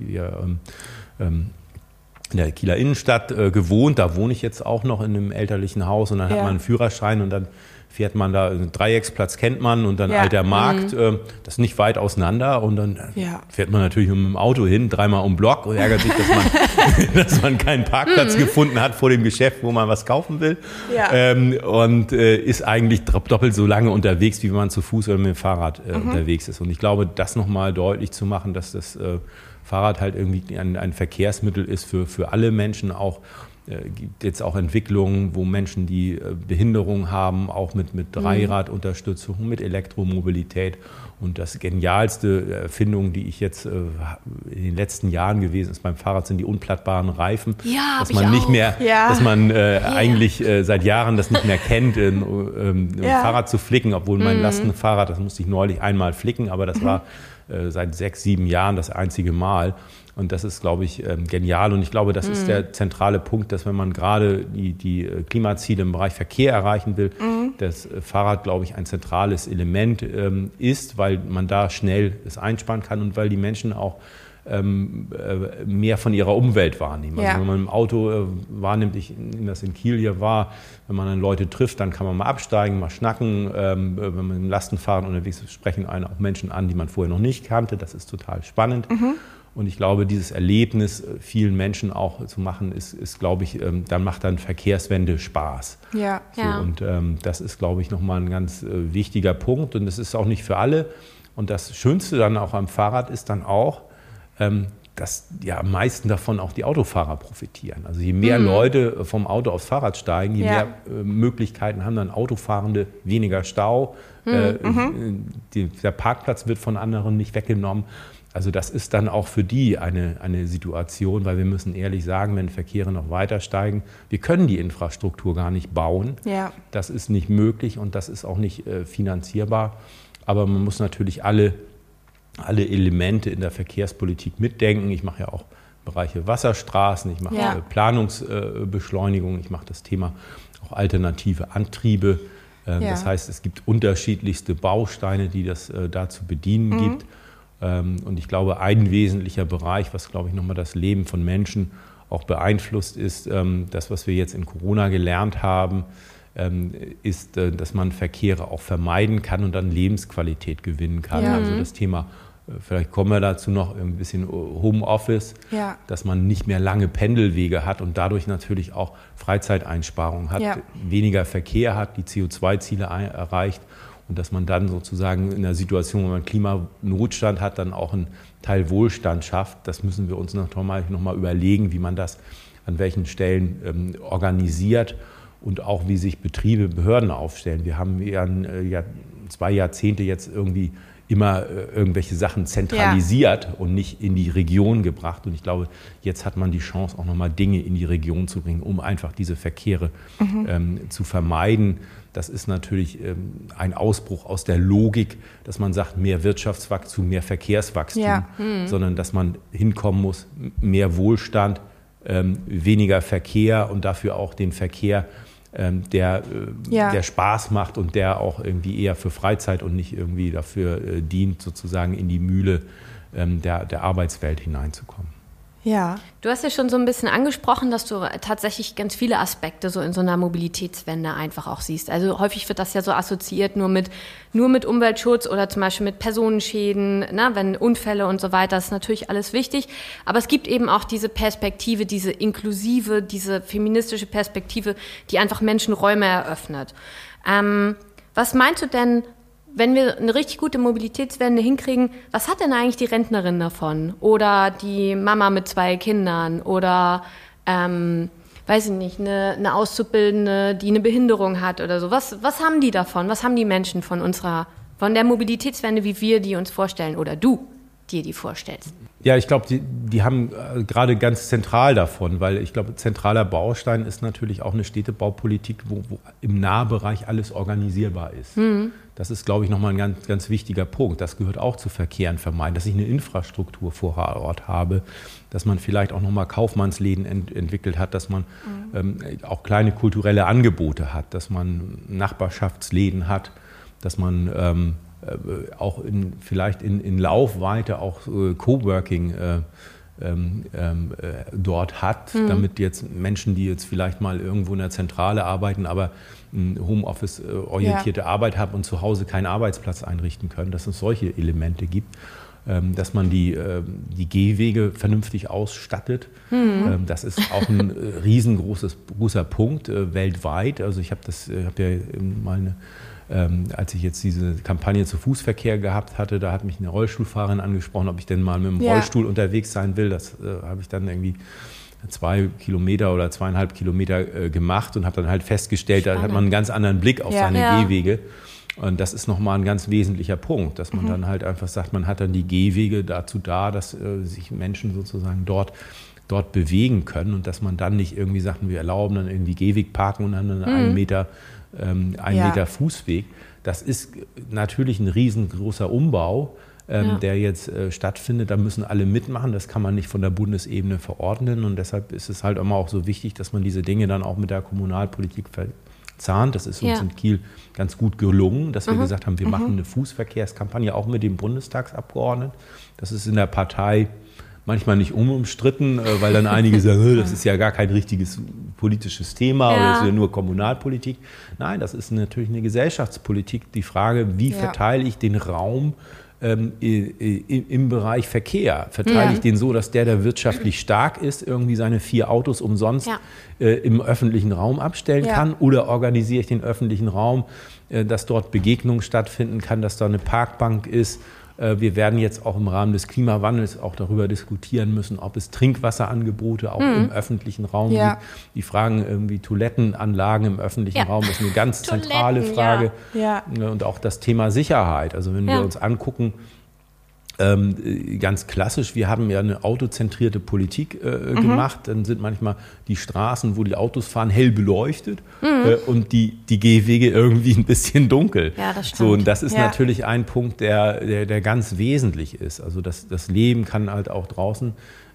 in der Kieler Innenstadt gewohnt. Da wohne ich jetzt auch noch in einem elterlichen Haus. Und dann hat man einen Führerschein und dann fährt man da, einen Dreiecksplatz kennt man und dann Alter Markt, das ist nicht weit auseinander und dann fährt man natürlich mit dem Auto hin, 3-mal um den Block und ärgert sich, dass man keinen Parkplatz gefunden hat vor dem Geschäft, wo man was kaufen will und ist eigentlich doppelt so lange unterwegs, wie wenn man zu Fuß oder mit dem Fahrrad unterwegs ist. Und ich glaube, das nochmal deutlich zu machen, dass das Fahrrad halt irgendwie ein Verkehrsmittel ist für alle Menschen auch. Gibt jetzt auch Entwicklungen, wo Menschen, die Behinderung haben, auch mit Dreiradunterstützung, mit Elektromobilität. Und das genialste Erfindung, die ich jetzt in den letzten Jahren gewesen ist beim Fahrrad, sind die unplattbaren Reifen. Ja, dass man nicht mehr, dass man eigentlich seit Jahren das nicht mehr kennt, ein Fahrrad zu flicken, obwohl mein Lastenfahrrad, das musste ich neulich einmal flicken, aber das war seit 6-7 Jahren das einzige Mal. Und das ist, glaube ich, genial. Und ich glaube, das ist der zentrale Punkt, dass wenn man gerade die Klimaziele im Bereich Verkehr erreichen will, das Fahrrad, glaube ich, ein zentrales Element ist, weil man da schnell es einsparen kann und weil die Menschen auch mehr von ihrer Umwelt wahrnehmen. Also wenn man im Auto wahrnimmt, ich nehme das in Kiel hier wahr, wenn man dann Leute trifft, dann kann man mal absteigen, mal schnacken. Wenn man im Lastenfahrrad unterwegs ist, sprechen einen auch Menschen an, die man vorher noch nicht kannte. Das ist total spannend. Und ich glaube, dieses Erlebnis vielen Menschen auch zu machen, ist glaube ich, dann macht dann Verkehrswende Spaß. Und das ist, glaube ich, nochmal ein ganz wichtiger Punkt. Und das ist auch nicht für alle. Und das Schönste dann auch am Fahrrad ist dann auch, dass ja am meisten davon auch die Autofahrer profitieren. Also je mehr Leute vom Auto aufs Fahrrad steigen, je mehr Möglichkeiten haben dann Autofahrende, weniger Stau. Der Parkplatz wird von anderen nicht weggenommen. Also das ist dann auch für die eine Situation, weil wir müssen ehrlich sagen, wenn Verkehre noch weiter steigen, wir können die Infrastruktur gar nicht bauen. Das ist nicht möglich und das ist auch nicht finanzierbar. Aber man muss natürlich alle Elemente in der Verkehrspolitik mitdenken. Ich mache ja auch Bereiche Wasserstraßen, ich mache Planungsbeschleunigung, ich mache das Thema auch alternative Antriebe. Das heißt, es gibt unterschiedlichste Bausteine, die das da zu bedienen gibt. Und ich glaube, ein wesentlicher Bereich, was, glaube ich, nochmal das Leben von Menschen auch beeinflusst, ist das, was wir jetzt in Corona gelernt haben, ist, dass man Verkehre auch vermeiden kann und dann Lebensqualität gewinnen kann. Ja. Also das Thema, vielleicht kommen wir dazu noch, ein bisschen Homeoffice, dass man nicht mehr lange Pendelwege hat und dadurch natürlich auch Freizeiteinsparungen hat, weniger Verkehr hat, die CO2-Ziele erreicht und dass man dann sozusagen in einer Situation, wo man Klimanotstand hat, dann auch einen Teil Wohlstand schafft. Das müssen wir uns noch mal überlegen, wie man das an welchen Stellen organisiert. Und auch wie sich Betriebe, Behörden aufstellen. Wir haben ja 2 Jahrzehnte jetzt irgendwie immer irgendwelche Sachen zentralisiert und nicht in die Region gebracht. Und ich glaube, jetzt hat man die Chance, auch nochmal Dinge in die Region zu bringen, um einfach diese Verkehre zu vermeiden. Das ist natürlich ein Ausbruch aus der Logik, dass man sagt, mehr Wirtschaftswachstum, mehr Verkehrswachstum, sondern dass man hinkommen muss, mehr Wohlstand, weniger Verkehr und dafür auch den Verkehr, der Spaß macht und der auch irgendwie eher für Freizeit und nicht irgendwie dafür dient, sozusagen in die Mühle der Arbeitswelt hineinzukommen. Ja. Du hast ja schon so ein bisschen angesprochen, dass du tatsächlich ganz viele Aspekte so in so einer Mobilitätswende einfach auch siehst. Also häufig wird das ja so assoziiert nur mit Umweltschutz oder zum Beispiel mit Personenschäden, wenn Unfälle und so weiter, das ist natürlich alles wichtig. Aber es gibt eben auch diese Perspektive, diese inklusive, diese feministische Perspektive, die einfach Menschen Räume eröffnet. Was meinst du denn, wenn wir eine richtig gute Mobilitätswende hinkriegen, was hat denn eigentlich die Rentnerin davon? Oder die Mama mit 2 Kindern? Oder, weiß ich nicht, eine Auszubildende, die eine Behinderung hat oder so. Was haben die davon? Was haben die Menschen von der Mobilitätswende, wie wir die uns vorstellen? Oder du dir die vorstellst? Ja, ich glaube, die haben gerade ganz zentral davon, weil ich glaube, zentraler Baustein ist natürlich auch eine Städtebaupolitik, wo im Nahbereich alles organisierbar ist. Das ist, glaube ich, nochmal ein ganz, ganz wichtiger Punkt. Das gehört auch zu Verkehren vermeiden, dass ich eine Infrastruktur vor Ort habe, dass man vielleicht auch nochmal Kaufmannsläden entwickelt hat, dass man auch kleine kulturelle Angebote hat, dass man Nachbarschaftsläden hat, dass man auch vielleicht in Laufweite auch Coworking dort hat, damit jetzt Menschen, die jetzt vielleicht mal irgendwo in der Zentrale arbeiten, aber Homeoffice-orientierte Arbeit haben und zu Hause keinen Arbeitsplatz einrichten können, dass es solche Elemente gibt, dass man die Gehwege vernünftig ausstattet. Das ist auch ein großer Punkt weltweit. Also ich habe ja mal als ich jetzt diese Kampagne zu Fußverkehr gehabt hatte, da hat mich eine Rollstuhlfahrerin angesprochen, ob ich denn mal mit dem Rollstuhl unterwegs sein will. Das habe ich dann irgendwie 2 Kilometer oder 2,5 Kilometer gemacht und habe dann halt festgestellt, da hat man einen ganz anderen Blick auf seine Gehwege. Und das ist nochmal ein ganz wesentlicher Punkt, dass man dann halt einfach sagt, man hat dann die Gehwege dazu da, dass sich Menschen sozusagen dort bewegen können und dass man dann nicht irgendwie sagt, wir erlauben dann irgendwie Gehweg parken und dann einen Meter Fußweg. Das ist natürlich ein riesengroßer Umbau, der jetzt stattfindet. Da müssen alle mitmachen. Das kann man nicht von der Bundesebene verordnen. Und deshalb ist es halt immer auch so wichtig, dass man diese Dinge dann auch mit der Kommunalpolitik verzahnt. Das ist uns in Kiel ganz gut gelungen, dass wir gesagt haben, wir machen eine Fußverkehrskampagne auch mit dem Bundestagsabgeordneten. Das ist in der Partei manchmal nicht unumstritten, weil dann einige sagen, das ist ja gar kein richtiges politisches Thema oder das ist ja nur Kommunalpolitik. Nein, das ist natürlich eine Gesellschaftspolitik. Die Frage, wie verteile ich den Raum im Bereich Verkehr? Verteile ich den so, dass der wirtschaftlich stark ist, irgendwie seine 4 Autos umsonst im öffentlichen Raum abstellen kann? Oder organisiere ich den öffentlichen Raum, dass dort Begegnung stattfinden kann, dass da eine Parkbank ist? Wir werden jetzt auch im Rahmen des Klimawandels auch darüber diskutieren müssen, ob es Trinkwasserangebote auch im öffentlichen Raum gibt. Die Fragen irgendwie Toilettenanlagen im öffentlichen Raum ist eine ganz zentrale Frage. Und auch das Thema Sicherheit. Also wenn wir uns angucken, ganz klassisch, wir haben ja eine autozentrierte Politik gemacht, dann sind manchmal die Straßen, wo die Autos fahren, hell beleuchtet und die Gehwege irgendwie ein bisschen dunkel. Ja, das stimmt. So, und das ist natürlich ein Punkt, der ganz wesentlich ist. Also das Leben kann halt auch draußen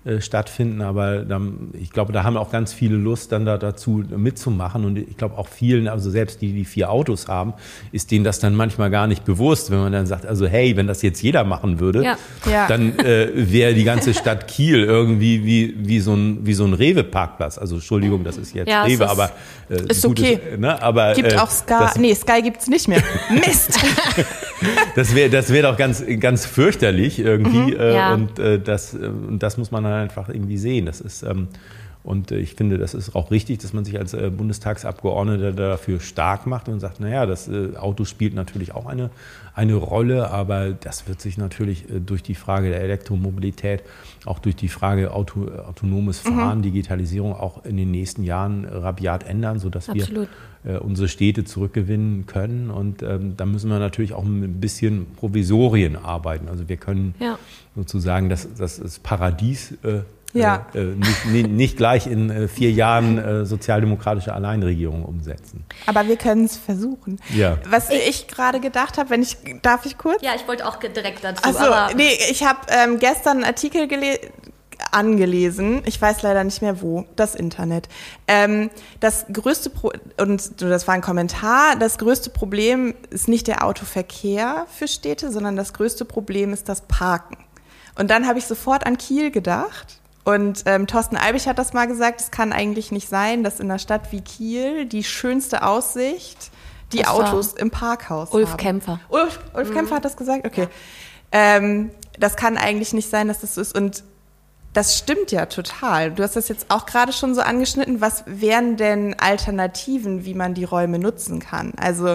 stattfinden, aber ich glaube, da haben auch ganz viele Lust, dann dazu mitzumachen und ich glaube auch vielen, also selbst die 4 Autos haben, ist denen das dann manchmal gar nicht bewusst, wenn man dann sagt, also hey, wenn das jetzt jeder machen würde, dann wäre die ganze Stadt Kiel irgendwie wie so ein Rewe-Parkplatz, also Entschuldigung, das ist jetzt Rewe, aber ist okay. Ne? Aber, gibt auch Sky, Sky gibt's nicht mehr. Mist! Das wäre doch ganz fürchterlich irgendwie und das muss man dann einfach irgendwie sehen. Das ist und ich finde, das ist auch richtig, dass man sich als Bundestagsabgeordneter dafür stark macht und sagt, naja, das Auto spielt natürlich auch eine Rolle, aber das wird sich natürlich durch die Frage der Elektromobilität, auch durch die Frage autonomes Fahren, Digitalisierung auch in den nächsten Jahren rabiat ändern, sodass wir unsere Städte zurückgewinnen können. Und da müssen wir natürlich auch ein bisschen Provisorien arbeiten. Also wir können sozusagen das Paradies nicht gleich in 4 Jahren sozialdemokratische Alleinregierung umsetzen. Aber wir können es versuchen. Ja. Was ich gerade gedacht habe, darf ich kurz? Ja, ich wollte auch direkt dazu. Ich habe gestern einen Artikel angelesen, ich weiß leider nicht mehr wo, das Internet. Das war ein Kommentar, das größte Problem ist nicht der Autoverkehr für Städte, sondern das größte Problem ist das Parken. Und dann habe ich sofort an Kiel gedacht. Und Thorsten Albig hat das mal gesagt, es kann eigentlich nicht sein, dass in einer Stadt wie Kiel die schönste Aussicht die Autos im Parkhaus Ulf haben. Kämpfer. Ulf Kämpfer hat das gesagt? Okay. Das kann eigentlich nicht sein, dass das so ist. Und das stimmt ja total. Du hast das jetzt auch gerade schon so angeschnitten. Was wären denn Alternativen, wie man die Räume nutzen kann? Also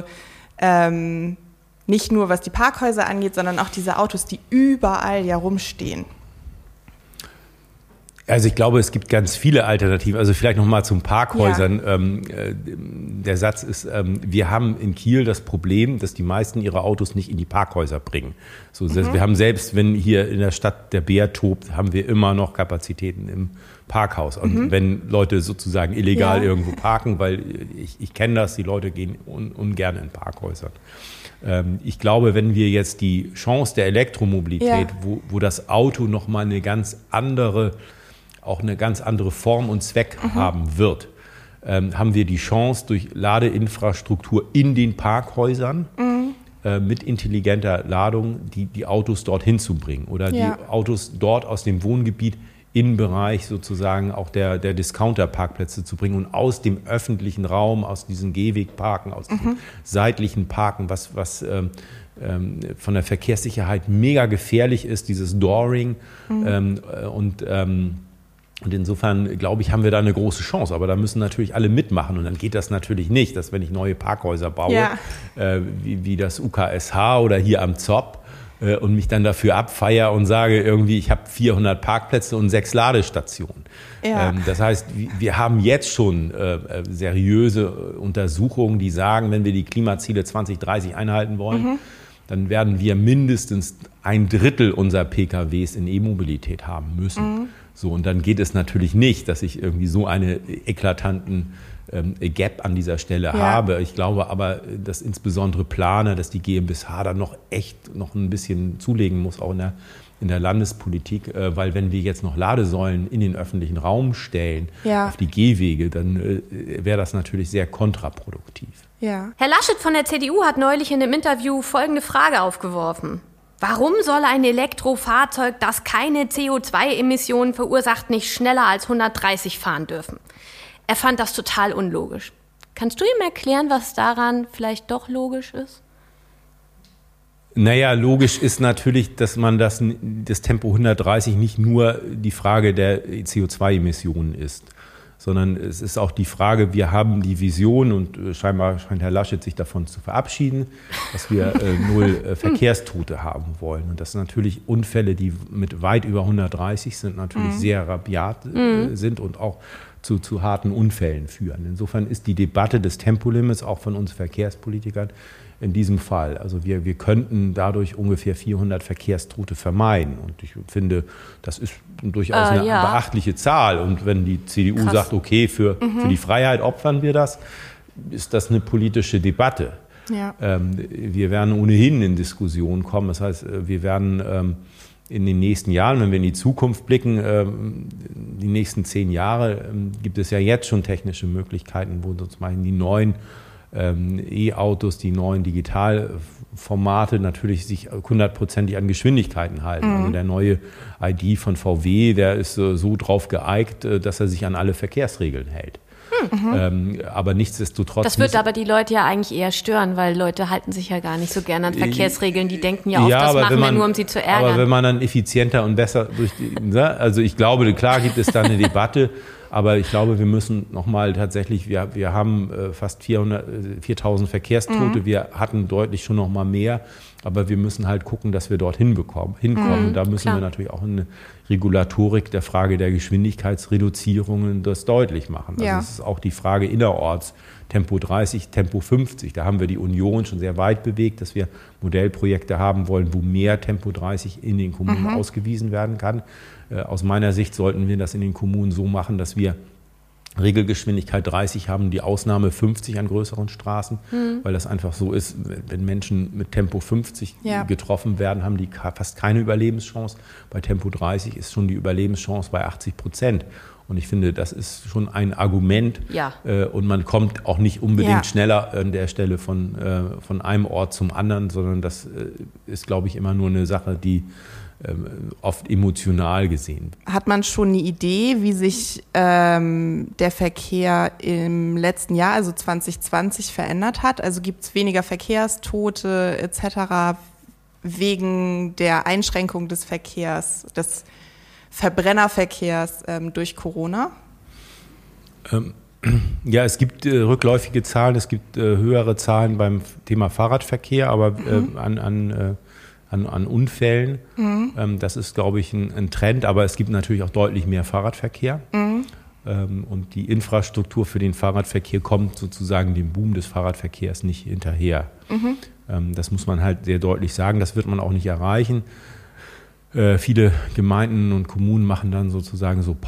nicht nur was die Parkhäuser angeht, sondern auch diese Autos, die überall ja rumstehen. Also ich glaube, es gibt ganz viele Alternativen. Also vielleicht noch mal zum Parkhäusern. Ja. Der Satz ist, wir haben in Kiel das Problem, dass die meisten ihre Autos nicht in die Parkhäuser bringen. So, wir haben selbst, wenn hier in der Stadt der Bär tobt, haben wir immer noch Kapazitäten im Parkhaus. Und wenn Leute sozusagen illegal irgendwo parken, weil ich kenne das, die Leute gehen ungern in Parkhäusern. Ich glaube, wenn wir jetzt die Chance der Elektromobilität, wo das Auto noch mal eine ganz andere Form und Zweck haben wird, haben wir die Chance, durch Ladeinfrastruktur in den Parkhäusern mit intelligenter Ladung die Autos dorthin zu bringen oder die Autos dort aus dem Wohngebiet in den Bereich sozusagen auch der Discounter-Parkplätze zu bringen und aus dem öffentlichen Raum, aus diesen Gehwegparken, aus diesem seitlichen Parken, was von der Verkehrssicherheit mega gefährlich ist, dieses Dooring und insofern, glaube ich, haben wir da eine große Chance. Aber da müssen natürlich alle mitmachen. Und dann geht das natürlich nicht, dass wenn ich neue Parkhäuser baue, wie das UKSH oder hier am ZOP, und mich dann dafür abfeiere und sage irgendwie, ich habe 400 Parkplätze und 6 Ladestationen. Ja. Das heißt, wir haben jetzt schon seriöse Untersuchungen, die sagen, wenn wir die Klimaziele 2030 einhalten wollen, dann werden wir mindestens 1/3 unserer PKWs in E-Mobilität haben müssen. So, und dann geht es natürlich nicht, dass ich irgendwie so eine eklatanten Gap an dieser Stelle habe. Ich glaube aber, dass insbesondere Planer, dass die GmbH da noch ein bisschen zulegen muss, auch in der Landespolitik, weil wenn wir jetzt noch Ladesäulen in den öffentlichen Raum stellen, auf die Gehwege, dann wäre das natürlich sehr kontraproduktiv. Ja. Herr Laschet von der CDU hat neulich in einem Interview folgende Frage aufgeworfen. Warum soll ein Elektrofahrzeug, das keine CO2-Emissionen verursacht, nicht schneller als 130 fahren dürfen? Er fand das total unlogisch. Kannst du ihm erklären, was daran vielleicht doch logisch ist? Naja, logisch ist natürlich, dass man das Tempo 130 nicht nur die Frage der CO2-Emissionen ist, sondern es ist auch die Frage, wir haben die Vision und scheinbar scheint Herr Laschet sich davon zu verabschieden, dass wir 0 Verkehrstote haben wollen. Und das sind natürlich Unfälle, die mit weit über 130 sind, natürlich sehr rabiat sind und auch zu harten Unfällen führen. Insofern ist die Debatte des Tempolimits auch von uns Verkehrspolitikern in diesem Fall. Also wir könnten dadurch ungefähr 400 Verkehrstote vermeiden. Und ich finde, das ist durchaus eine beachtliche Zahl. Und wenn die CDU sagt, okay, für die Freiheit opfern wir das, ist das eine politische Debatte. Ja. Wir werden ohnehin in Diskussionen kommen. Das heißt, wir werden in den nächsten Jahren, wenn wir in die Zukunft blicken, die nächsten 10 Jahre, gibt es ja jetzt schon technische Möglichkeiten, wo sozusagen die neuen E-Autos, die neuen Digitalformate natürlich sich 100%ig an Geschwindigkeiten halten. Also der neue ID von VW, der ist so drauf geeigt, dass er sich an alle Verkehrsregeln hält. Aber nichtsdestotrotz. Das wird aber die Leute ja eigentlich eher stören, weil Leute halten sich ja gar nicht so gerne an Verkehrsregeln. Die denken ja oft, das machen wir nur, um sie zu ärgern. Aber wenn man dann effizienter und besser also ich glaube, klar gibt es da eine Debatte, aber ich glaube, wir müssen nochmal tatsächlich, wir haben fast 4.000 Verkehrstote, wir hatten deutlich schon noch mal mehr, aber wir müssen halt gucken, dass wir dort hinkommen. Da müssen wir natürlich auch eine Regulatorik der Frage der Geschwindigkeitsreduzierungen das deutlich machen. Also es ist auch die Frage innerorts, Tempo 30, Tempo 50. Da haben wir die Union schon sehr weit bewegt, dass wir Modellprojekte haben wollen, wo mehr Tempo 30 in den Kommunen ausgewiesen werden kann. Aus meiner Sicht sollten wir das in den Kommunen so machen, dass wir Regelgeschwindigkeit 30 haben, die Ausnahme 50 an größeren Straßen, weil das einfach so ist, wenn Menschen mit Tempo 50 getroffen werden, haben die fast keine Überlebenschance. Bei Tempo 30 ist schon die Überlebenschance bei 80%. Und ich finde, das ist schon ein Argument. Ja. Und man kommt auch nicht unbedingt schneller an der Stelle von einem Ort zum anderen, sondern das ist, glaube ich, immer nur eine Sache, die oft emotional gesehen. Hat man schon eine Idee, wie sich der Verkehr im letzten Jahr, also 2020, verändert hat? Also gibt es weniger Verkehrstote etc. wegen der Einschränkung des Verkehrs, des Verbrennerverkehrs durch Corona? Ja, es gibt rückläufige Zahlen, es gibt höhere Zahlen beim Thema Fahrradverkehr, aber an Unfällen. Das ist, glaube ich, ein Trend, aber es gibt natürlich auch deutlich mehr Fahrradverkehr. Und die Infrastruktur für den Fahrradverkehr kommt sozusagen dem Boom des Fahrradverkehrs nicht hinterher. Das muss man halt sehr deutlich sagen, das wird man auch nicht erreichen. Viele Gemeinden und Kommunen machen dann sozusagen so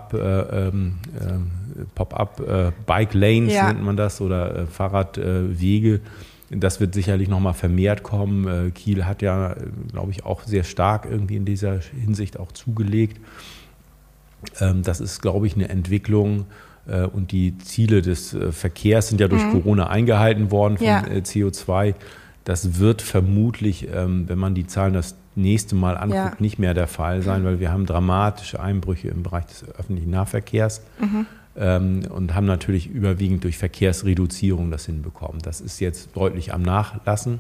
Bike Lanes nennt man das, oder Fahrradwege. Das wird sicherlich nochmal vermehrt kommen. Kiel hat ja, glaube ich, auch sehr stark irgendwie in dieser Hinsicht auch zugelegt. Das ist, glaube ich, eine Entwicklung. Und die Ziele des Verkehrs sind ja durch Corona eingehalten worden von CO2. Das wird vermutlich, wenn man die Zahlen das nächste Mal anguckt, nicht mehr der Fall sein, weil wir haben dramatische Einbrüche im Bereich des öffentlichen Nahverkehrs. Und haben natürlich überwiegend durch Verkehrsreduzierung das hinbekommen. Das ist jetzt deutlich am Nachlassen.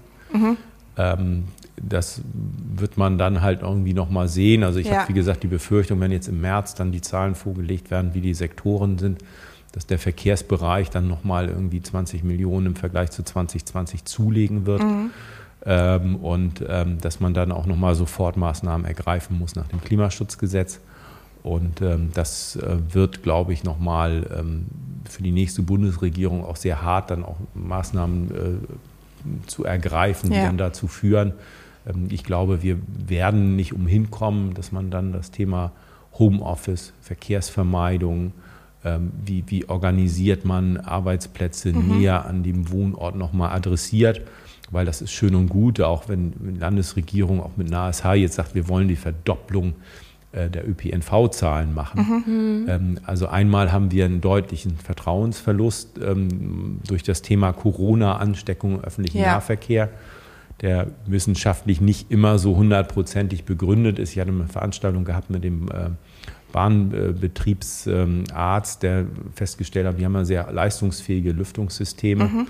Das wird man dann halt irgendwie nochmal sehen. Also ich habe, wie gesagt, die Befürchtung, wenn jetzt im März dann die Zahlen vorgelegt werden, wie die Sektoren sind, dass der Verkehrsbereich dann nochmal irgendwie 20 Millionen im Vergleich zu 2020 zulegen wird. Dass man dann auch nochmal Sofortmaßnahmen ergreifen muss nach dem Klimaschutzgesetz. Und das wird, glaube ich, nochmal für die nächste Bundesregierung auch sehr hart, dann auch Maßnahmen zu ergreifen, die dann dazu führen. Ich glaube, wir werden nicht umhin kommen, dass man dann das Thema Homeoffice, Verkehrsvermeidung, wie organisiert man Arbeitsplätze näher an dem Wohnort nochmal adressiert. Weil das ist schön und gut, auch wenn die Landesregierung auch mit NASH jetzt sagt, wir wollen die Verdopplung der ÖPNV-Zahlen machen. Also einmal haben wir einen deutlichen Vertrauensverlust durch das Thema Corona-Ansteckung im öffentlichen Nahverkehr, der wissenschaftlich nicht immer so 100%ig begründet ist. Ich hatte eine Veranstaltung gehabt mit dem Bahnbetriebsarzt, der festgestellt hat, wir haben ja sehr leistungsfähige Lüftungssysteme.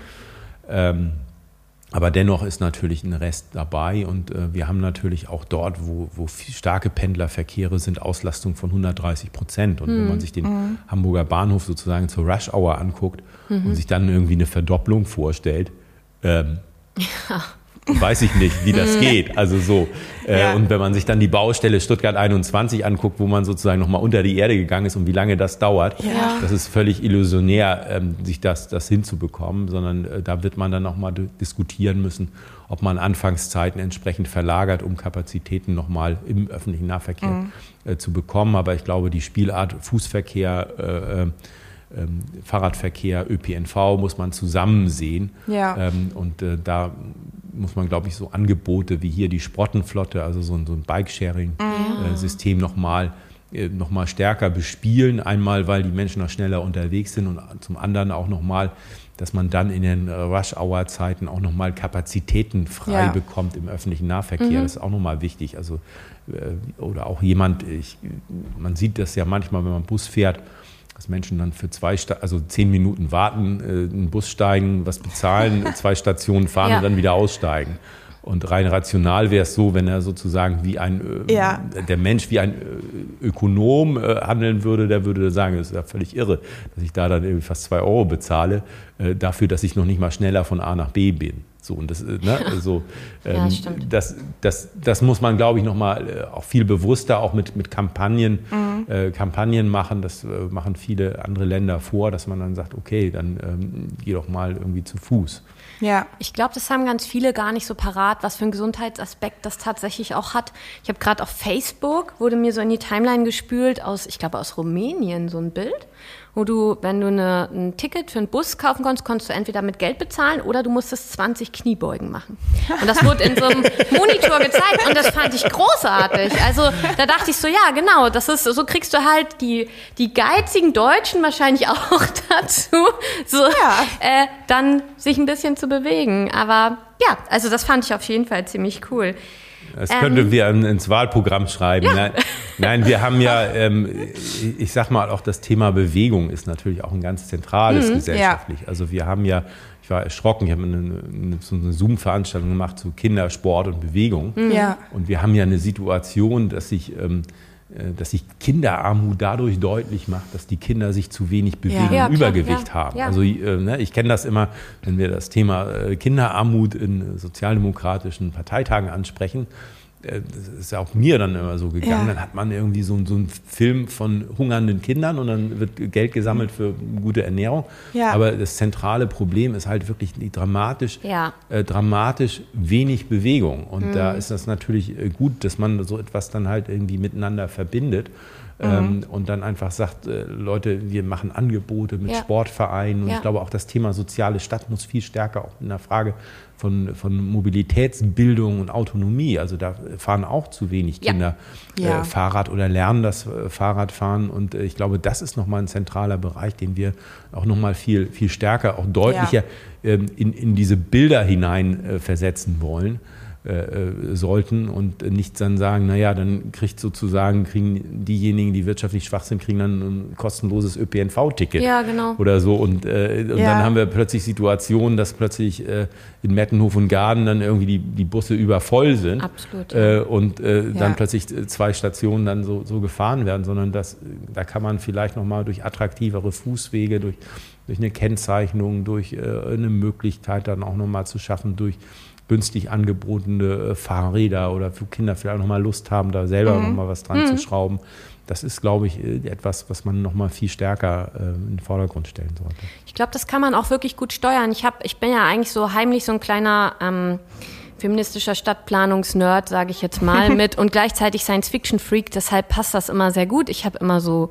Aber dennoch ist natürlich ein Rest dabei und wir haben natürlich auch dort, wo starke Pendlerverkehre sind, Auslastung von 130%. Und wenn man sich den Hamburger Bahnhof sozusagen zur Rush-Hour anguckt und sich dann irgendwie eine Verdopplung vorstellt, weiß ich nicht, wie das geht. Also so. Und wenn man sich dann die Baustelle Stuttgart 21 anguckt, wo man sozusagen nochmal unter die Erde gegangen ist und wie lange das dauert, das ist völlig illusionär, sich das hinzubekommen, sondern da wird man dann nochmal diskutieren müssen, ob man Anfangszeiten entsprechend verlagert, um Kapazitäten nochmal im öffentlichen Nahverkehr zu bekommen. Aber ich glaube, die Spielart Fußverkehr Fahrradverkehr, ÖPNV muss man zusammen sehen. Ja. Und da muss man, glaube ich, so Angebote wie hier die Sprottenflotte, also so ein Bike-Sharing-System noch mal stärker bespielen. Einmal, weil die Menschen noch schneller unterwegs sind und zum anderen auch noch mal, dass man dann in den Rush-Hour-Zeiten auch noch mal Kapazitäten frei bekommt im öffentlichen Nahverkehr. Das ist auch noch mal wichtig. Also, oder auch man sieht das ja manchmal, wenn man Bus fährt, dass Menschen dann für 10 Minuten warten, in den Bus steigen, was bezahlen, 2 Stationen fahren und dann wieder aussteigen. Und rein rational wäre es so, wenn er sozusagen der Mensch wie ein Ökonom handeln würde, der würde sagen, das ist ja völlig irre, dass ich da dann irgendwie fast 2 € bezahle, dafür, dass ich noch nicht mal schneller von A nach B bin. So, und das muss man, glaube ich, nochmal auch viel bewusster, auch mit Kampagnen machen. Das machen viele andere Länder vor, dass man dann sagt, okay, dann geh doch mal irgendwie zu Fuß. Ja. Ich glaube, das haben ganz viele gar nicht so parat, was für einen Gesundheitsaspekt das tatsächlich auch hat. Ich habe gerade auf Facebook, wurde mir so in die Timeline gespült, aus Rumänien so ein Bild, wo du, wenn du ein Ticket für einen Bus kaufen konntest du entweder mit Geld bezahlen oder du musstest 20 Kniebeugen machen. Und das wurde in so einem Monitor gezeigt und das fand ich großartig. Also da dachte ich so, ja genau, so kriegst du halt die geizigen Deutschen wahrscheinlich auch dazu, dann sich ein bisschen zu bewegen. Aber ja, also das fand ich auf jeden Fall ziemlich cool. Das könnten wir ins Wahlprogramm schreiben. Ja. Nein, wir haben ja, ich sag mal, auch das Thema Bewegung ist natürlich auch ein ganz zentrales gesellschaftlich. Ja. Also wir haben ich war erschrocken, ich habe so eine Zoom-Veranstaltung gemacht zu Kindersport und Bewegung. Ja. Und wir haben ja eine Situation, dass sich Kinderarmut dadurch deutlich macht, dass die Kinder sich zu wenig bewegen und Übergewicht haben. Ja. Also ich kenne das immer, wenn wir das Thema Kinderarmut in sozialdemokratischen Parteitagen ansprechen. Das ist ja auch mir dann immer so gegangen. Dann hat man irgendwie so einen Film von hungernden Kindern und dann wird Geld gesammelt für gute Ernährung. Ja. Aber das zentrale Problem ist halt wirklich die dramatisch wenig Bewegung. Und da ist das natürlich gut, dass man so etwas dann halt irgendwie miteinander verbindet. Und dann einfach sagt, Leute, wir machen Angebote mit Sportvereinen. Und ich glaube auch das Thema soziale Stadt muss viel stärker auch in der Frage von Mobilitätsbildung und Autonomie. Also da fahren auch zu wenig Kinder Fahrrad oder lernen das Fahrradfahren. Und ich glaube, das ist nochmal ein zentraler Bereich, den wir auch nochmal viel, viel stärker, auch deutlicher in diese Bilder hinein versetzen wollen. Sollten und nicht dann sagen, dann kriegen diejenigen, die wirtschaftlich schwach sind, kriegen dann ein kostenloses ÖPNV-Ticket oder so und dann haben wir plötzlich Situationen, dass plötzlich in Mettenhof und Gaden dann irgendwie die Busse übervoll sind. Absolut, und dann plötzlich 2 Stationen dann so gefahren werden, sondern da kann man vielleicht nochmal durch attraktivere Fußwege, durch eine Kennzeichnung, durch eine Möglichkeit dann auch nochmal zu schaffen, durch günstig angebotene Fahrräder oder für Kinder vielleicht auch nochmal Lust haben, da selber nochmal was dran zu schrauben. Das ist, glaube ich, etwas, was man nochmal viel stärker in den Vordergrund stellen sollte. Ich glaube, das kann man auch wirklich gut steuern. Ich bin ja eigentlich so heimlich so ein kleiner feministischer Stadtplanungsnerd, sage ich jetzt mal, mit und gleichzeitig Science-Fiction-Freak. Deshalb passt das immer sehr gut. Ich habe immer so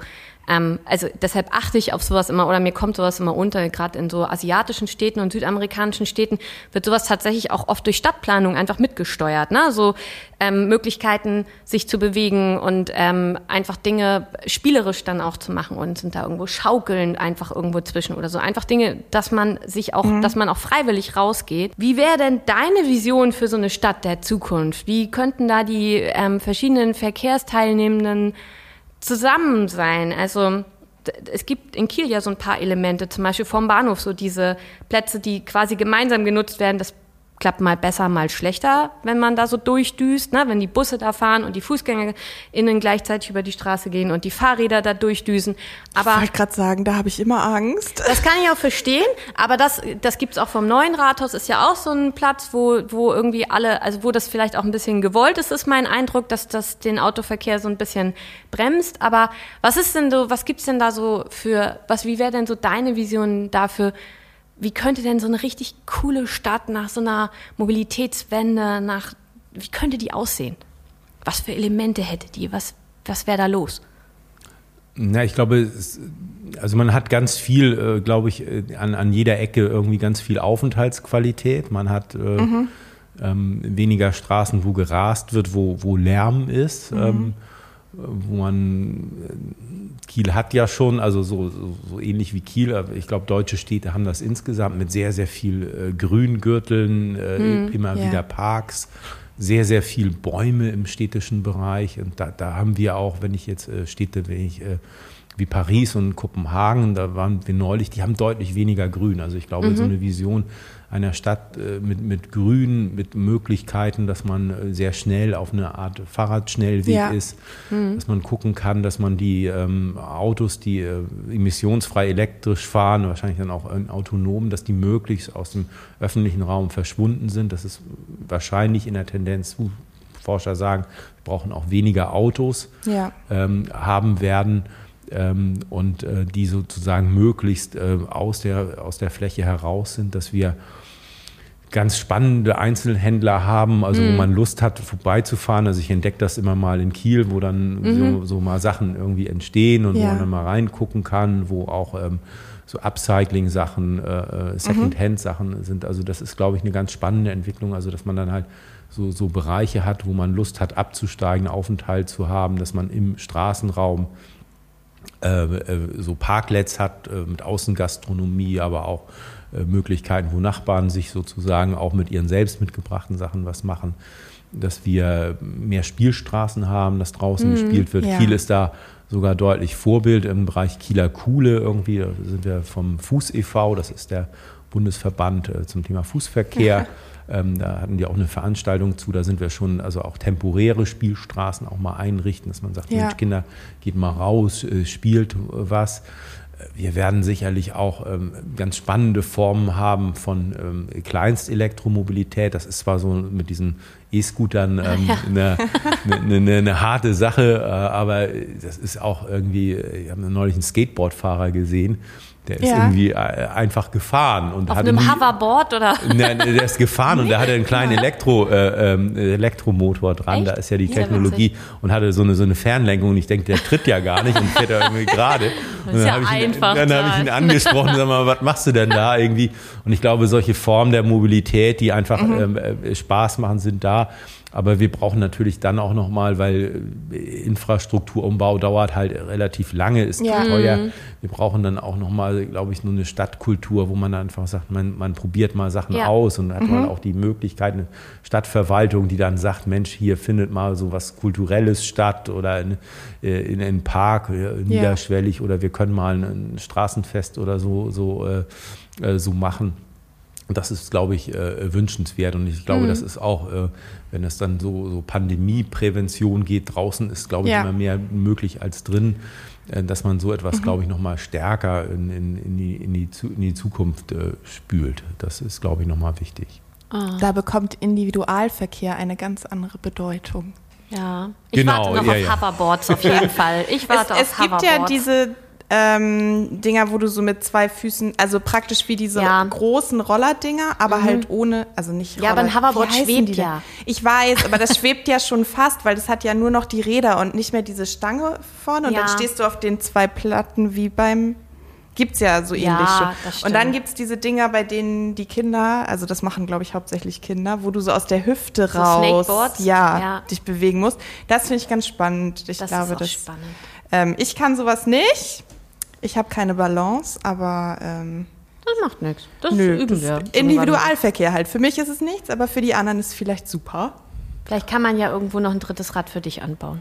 deshalb achte ich auf sowas immer oder mir kommt sowas immer unter, gerade in so asiatischen Städten und südamerikanischen Städten wird sowas tatsächlich auch oft durch Stadtplanung einfach mitgesteuert, ne? So Möglichkeiten, sich zu bewegen und einfach Dinge spielerisch dann auch zu machen und sind da irgendwo Schaukeln einfach irgendwo zwischen oder so. Einfach Dinge, dass man auch freiwillig rausgeht. Wie wäre denn deine Vision für so eine Stadt der Zukunft? Wie könnten da die verschiedenen Verkehrsteilnehmenden zusammen sein? Also es gibt in Kiel ja so ein paar Elemente, zum Beispiel vom Bahnhof, so diese Plätze, die quasi gemeinsam genutzt werden. Das klappt mal besser, mal schlechter, wenn man da so durchdüst, ne? Wenn die Busse da fahren und die FußgängerInnen gleichzeitig über die Straße gehen und die Fahrräder da durchdüsen. Aber ich wollte gerade sagen, da habe ich immer Angst. Das kann ich auch verstehen, aber das gibt's auch vom neuen Rathaus, ist ja auch so ein Platz, wo irgendwie wo das vielleicht auch ein bisschen gewollt ist mein Eindruck, dass das den Autoverkehr so ein bisschen bremst. Aber was gibt's denn da so wie wäre denn so deine Vision dafür? Wie könnte denn so eine richtig coole Stadt nach so einer Mobilitätswende, wie könnte die aussehen? Was für Elemente hätte die? Was wäre da los? Na, ich glaube, also man hat ganz viel, glaube ich, an jeder Ecke irgendwie ganz viel Aufenthaltsqualität. Man hat weniger Straßen, wo gerast wird, wo Lärm ist. Wo man, Kiel hat ja schon, also so ähnlich wie Kiel, aber ich glaube, deutsche Städte haben das insgesamt mit sehr, sehr viel Grüngürteln, immer wieder Parks, sehr, sehr viel Bäume im städtischen Bereich. Und da haben wir auch, wenn ich jetzt Städte, wie Paris und Kopenhagen, da waren wir neulich, die haben deutlich weniger Grün. Also ich glaube, so eine Vision einer Stadt mit Grün, mit Möglichkeiten, dass man sehr schnell auf eine Art Fahrradschnellweg ist, dass man gucken kann, dass man die Autos, die emissionsfrei elektrisch fahren, wahrscheinlich dann auch autonom, dass die möglichst aus dem öffentlichen Raum verschwunden sind. Das ist wahrscheinlich in der Tendenz, Forscher sagen, wir brauchen auch weniger Autos haben werden. Und die sozusagen möglichst aus der Fläche heraus sind, dass wir ganz spannende Einzelhändler haben, also wo man Lust hat, vorbeizufahren. Also ich entdecke das immer mal in Kiel, wo dann so mal Sachen irgendwie entstehen und wo man dann mal reingucken kann, wo auch so Upcycling-Sachen, Second-Hand-Sachen sind. Also das ist, glaube ich, eine ganz spannende Entwicklung, also dass man dann halt so Bereiche hat, wo man Lust hat, abzusteigen, Aufenthalt zu haben, dass man im Straßenraum so Parklets hat mit Außengastronomie, aber auch Möglichkeiten, wo Nachbarn sich sozusagen auch mit ihren selbst mitgebrachten Sachen was machen, dass wir mehr Spielstraßen haben, dass draußen gespielt wird. Kiel ist da sogar deutlich Vorbild im Bereich Kieler Kuhle irgendwie. Da sind wir vom Fuß e.V., das ist der Bundesverband zum Thema Fußverkehr. Da hatten die auch eine Veranstaltung zu, da sind wir schon, also auch temporäre Spielstraßen auch mal einrichten, dass man sagt, Mensch, Kinder, geht mal raus, spielt was. Wir werden sicherlich auch ganz spannende Formen haben von Kleinstelektromobilität. Das ist zwar so mit diesen E-Scootern eine harte Sache, aber das ist auch irgendwie, ich habe neulich einen Skateboardfahrer gesehen, der ist irgendwie einfach gefahren. Und auf einem Hoverboard, oder? Nein, der ist gefahren und da hatte einen kleinen Elektromotor dran. Echt? Da ist ja die Technologie und hatte so eine Fernlenkung. Und ich denke, der tritt ja gar nicht und fährt da irgendwie gerade. Das ist ja einfach. Dann habe ich ihn angesprochen und sag mal, was machst du denn da irgendwie? Und ich glaube, solche Formen der Mobilität, die einfach Spaß machen, sind da. Aber wir brauchen natürlich dann auch nochmal, weil Infrastrukturumbau dauert halt relativ lange, ist teuer. Wir brauchen dann auch nochmal, glaube ich, nur eine Stadtkultur, wo man einfach sagt, man probiert mal Sachen aus und hat mal auch die Möglichkeit, eine Stadtverwaltung, die dann sagt, Mensch, hier findet mal so was Kulturelles statt oder in einen Park, niederschwellig, oder wir können mal ein Straßenfest oder so machen. Und das ist, glaube ich, wünschenswert. Und ich glaube, das ist auch, wenn es dann so Pandemieprävention geht, draußen ist, glaube ich, immer mehr möglich als drin, dass man so etwas, glaube ich, nochmal stärker in die Zukunft spült. Das ist, glaube ich, nochmal wichtig. Da bekommt Individualverkehr eine ganz andere Bedeutung. Ja, ich warte noch auf Hoverboards auf jeden Fall. Ich warte auf Hoverboards. Es gibt ja diese Dinger, wo du so mit 2 Füßen, also praktisch wie diese großen Roller-Dinger, aber halt ohne, also nicht Roller. Ja, aber ein Hoverboard schwebt ja. Ich weiß, aber das schwebt ja schon fast, weil das hat ja nur noch die Räder und nicht mehr diese Stange vorne und dann stehst du auf den 2 Platten wie beim, gibt's ja so ähnlich schon. Und dann gibt's diese Dinger, bei denen die Kinder, also das machen, glaube ich, hauptsächlich Kinder, wo du so aus der Hüfte so raus dich bewegen musst. Das finde ich ganz spannend. Ich glaube, das ist spannend. Ich kann sowas nicht. Ich habe keine Balance, aber das macht nichts. Das üben wir. Individualverkehr halt. Für mich ist es nichts, aber für die anderen ist es vielleicht super. Vielleicht kann man ja irgendwo noch ein 3. Rad für dich anbauen.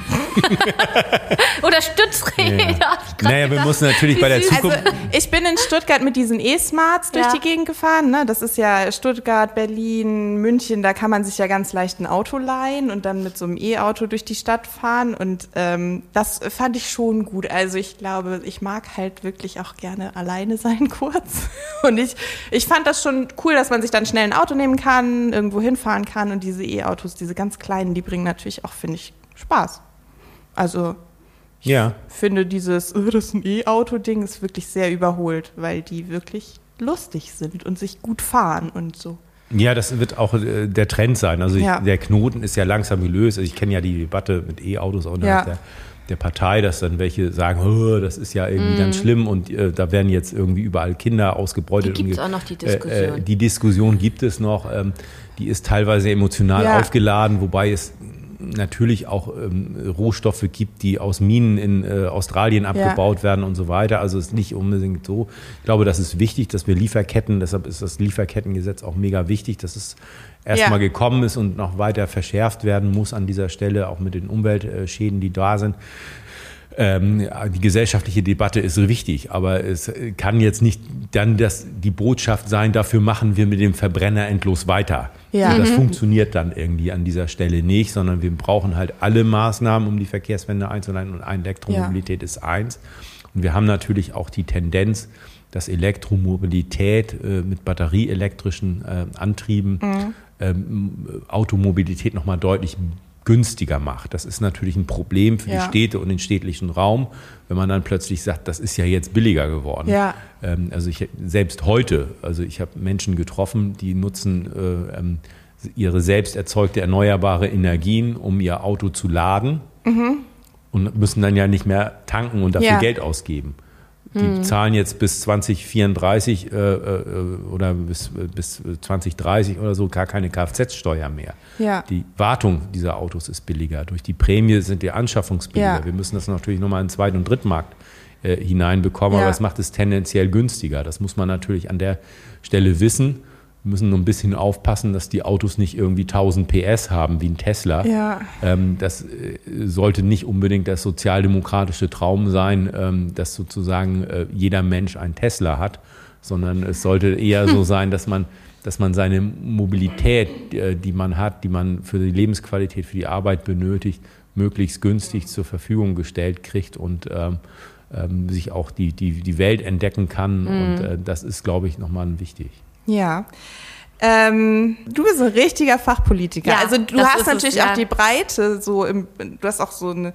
Oder Stützräder. Ja. Naja, wir müssen natürlich bei der Zukunft... Also ich bin in Stuttgart mit diesen E-Smarts durch die Gegend gefahren. Ne? Das ist ja Stuttgart, Berlin, München. Da kann man sich ja ganz leicht ein Auto leihen und dann mit so einem E-Auto durch die Stadt fahren. Und das fand ich schon gut. Also ich glaube, ich mag halt wirklich auch gerne alleine sein kurz. Und ich fand das schon cool, dass man sich dann schnell ein Auto nehmen kann, irgendwo hinfahren kann. Und diese E-Autos, diese ganz kleinen, die bringen natürlich auch, finde ich, Spaß. Also ich finde das ist ein E-Auto-Ding, ist wirklich sehr überholt, weil die wirklich lustig sind und sich gut fahren und so. Ja, das wird auch der Trend sein. Also der Knoten ist ja langsam gelöst. Also ich kenne ja die Debatte mit E-Autos auch innerhalb der Partei, dass dann welche sagen, oh, das ist ja irgendwie ganz schlimm und da werden jetzt irgendwie überall Kinder ausgebeutet. Die gibt es auch noch, die Diskussion. Die Diskussion gibt es noch. Die ist teilweise emotional aufgeladen, wobei es natürlich auch Rohstoffe gibt, die aus Minen in Australien abgebaut werden und so weiter. Also es ist nicht unbedingt so. Ich glaube, das ist wichtig, dass wir Lieferketten, deshalb ist das Lieferkettengesetz auch mega wichtig, dass es erstmal gekommen ist und noch weiter verschärft werden muss an dieser Stelle, auch mit den Umweltschäden, die da sind. Die gesellschaftliche Debatte ist wichtig, aber es kann jetzt nicht dann die Botschaft sein, dafür machen wir mit dem Verbrenner endlos weiter. Ja. Also das funktioniert dann irgendwie an dieser Stelle nicht, sondern wir brauchen halt alle Maßnahmen, um die Verkehrswende einzuleiten und Elektromobilität ist eins. Und wir haben natürlich auch die Tendenz, dass Elektromobilität mit batterieelektrischen Antrieben Automobilität nochmal deutlich günstiger macht. Das ist natürlich ein Problem für die Städte und den städtlichen Raum, wenn man dann plötzlich sagt, das ist ja jetzt billiger geworden. Ja. Also selbst heute, ich habe Menschen getroffen, die nutzen ihre selbst erzeugte erneuerbare Energien, um ihr Auto zu laden und müssen dann ja nicht mehr tanken und dafür Geld ausgeben. Die zahlen jetzt bis 2034 oder bis 2030 oder so gar keine Kfz-Steuer mehr. Ja. Die Wartung dieser Autos ist billiger. Durch die Prämie sind die Anschaffungsbilliger. Wir müssen das natürlich nochmal in den Zweit- und Drittmarkt hineinbekommen, aber es macht es tendenziell günstiger. Das muss man natürlich an der Stelle wissen. Wir müssen nur ein bisschen aufpassen, dass die Autos nicht irgendwie 1000 PS haben wie ein Tesla. Ja. Das sollte nicht unbedingt der sozialdemokratische Traum sein, dass sozusagen jeder Mensch ein Tesla hat, sondern es sollte eher so sein, dass man seine Mobilität, die man hat, die man für die Lebensqualität, für die Arbeit benötigt, möglichst günstig zur Verfügung gestellt kriegt und sich auch die Welt entdecken kann. Und das ist, glaube ich, nochmal wichtig. Ja. Du bist ein richtiger Fachpolitiker. Ja, also du hast natürlich auch die Breite, du hast auch ein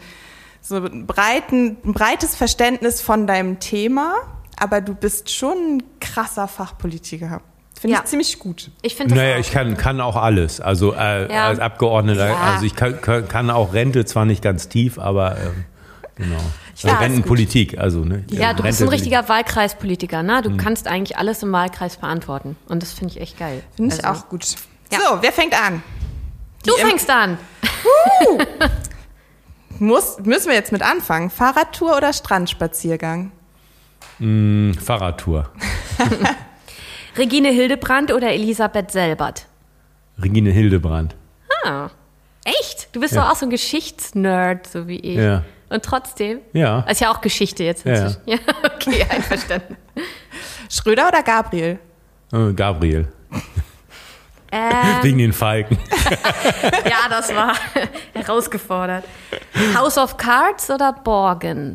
breites Verständnis von deinem Thema, aber du bist schon ein krasser Fachpolitiker. Finde ich ziemlich gut. Ich finde das auch. Ich kann auch alles. Also als Abgeordneter, also ich kann auch Rente, zwar nicht ganz tief, aber genau. Rentenpolitik, ne? Ja, du bist ein richtiger Wahlkreispolitiker, ne? Du kannst eigentlich alles im Wahlkreis beantworten. Und das finde ich echt geil. Finde ich auch gut. Ja. So, wer fängt an? Du fängst an. Müssen wir jetzt mit anfangen? Fahrradtour oder Strandspaziergang? Fahrradtour. Regine Hildebrandt oder Elisabeth Selbert? Regine Hildebrandt. Ah, echt? Du bist doch auch so ein Geschichtsnerd, so wie ich. Ja. Und trotzdem? Ja. Das ist ja auch Geschichte jetzt inzwischen. Ja, okay, einverstanden. Schröder oder Gabriel? Gabriel. Wegen den Falken. Ja, das war herausgefordert. House of Cards oder Borgen?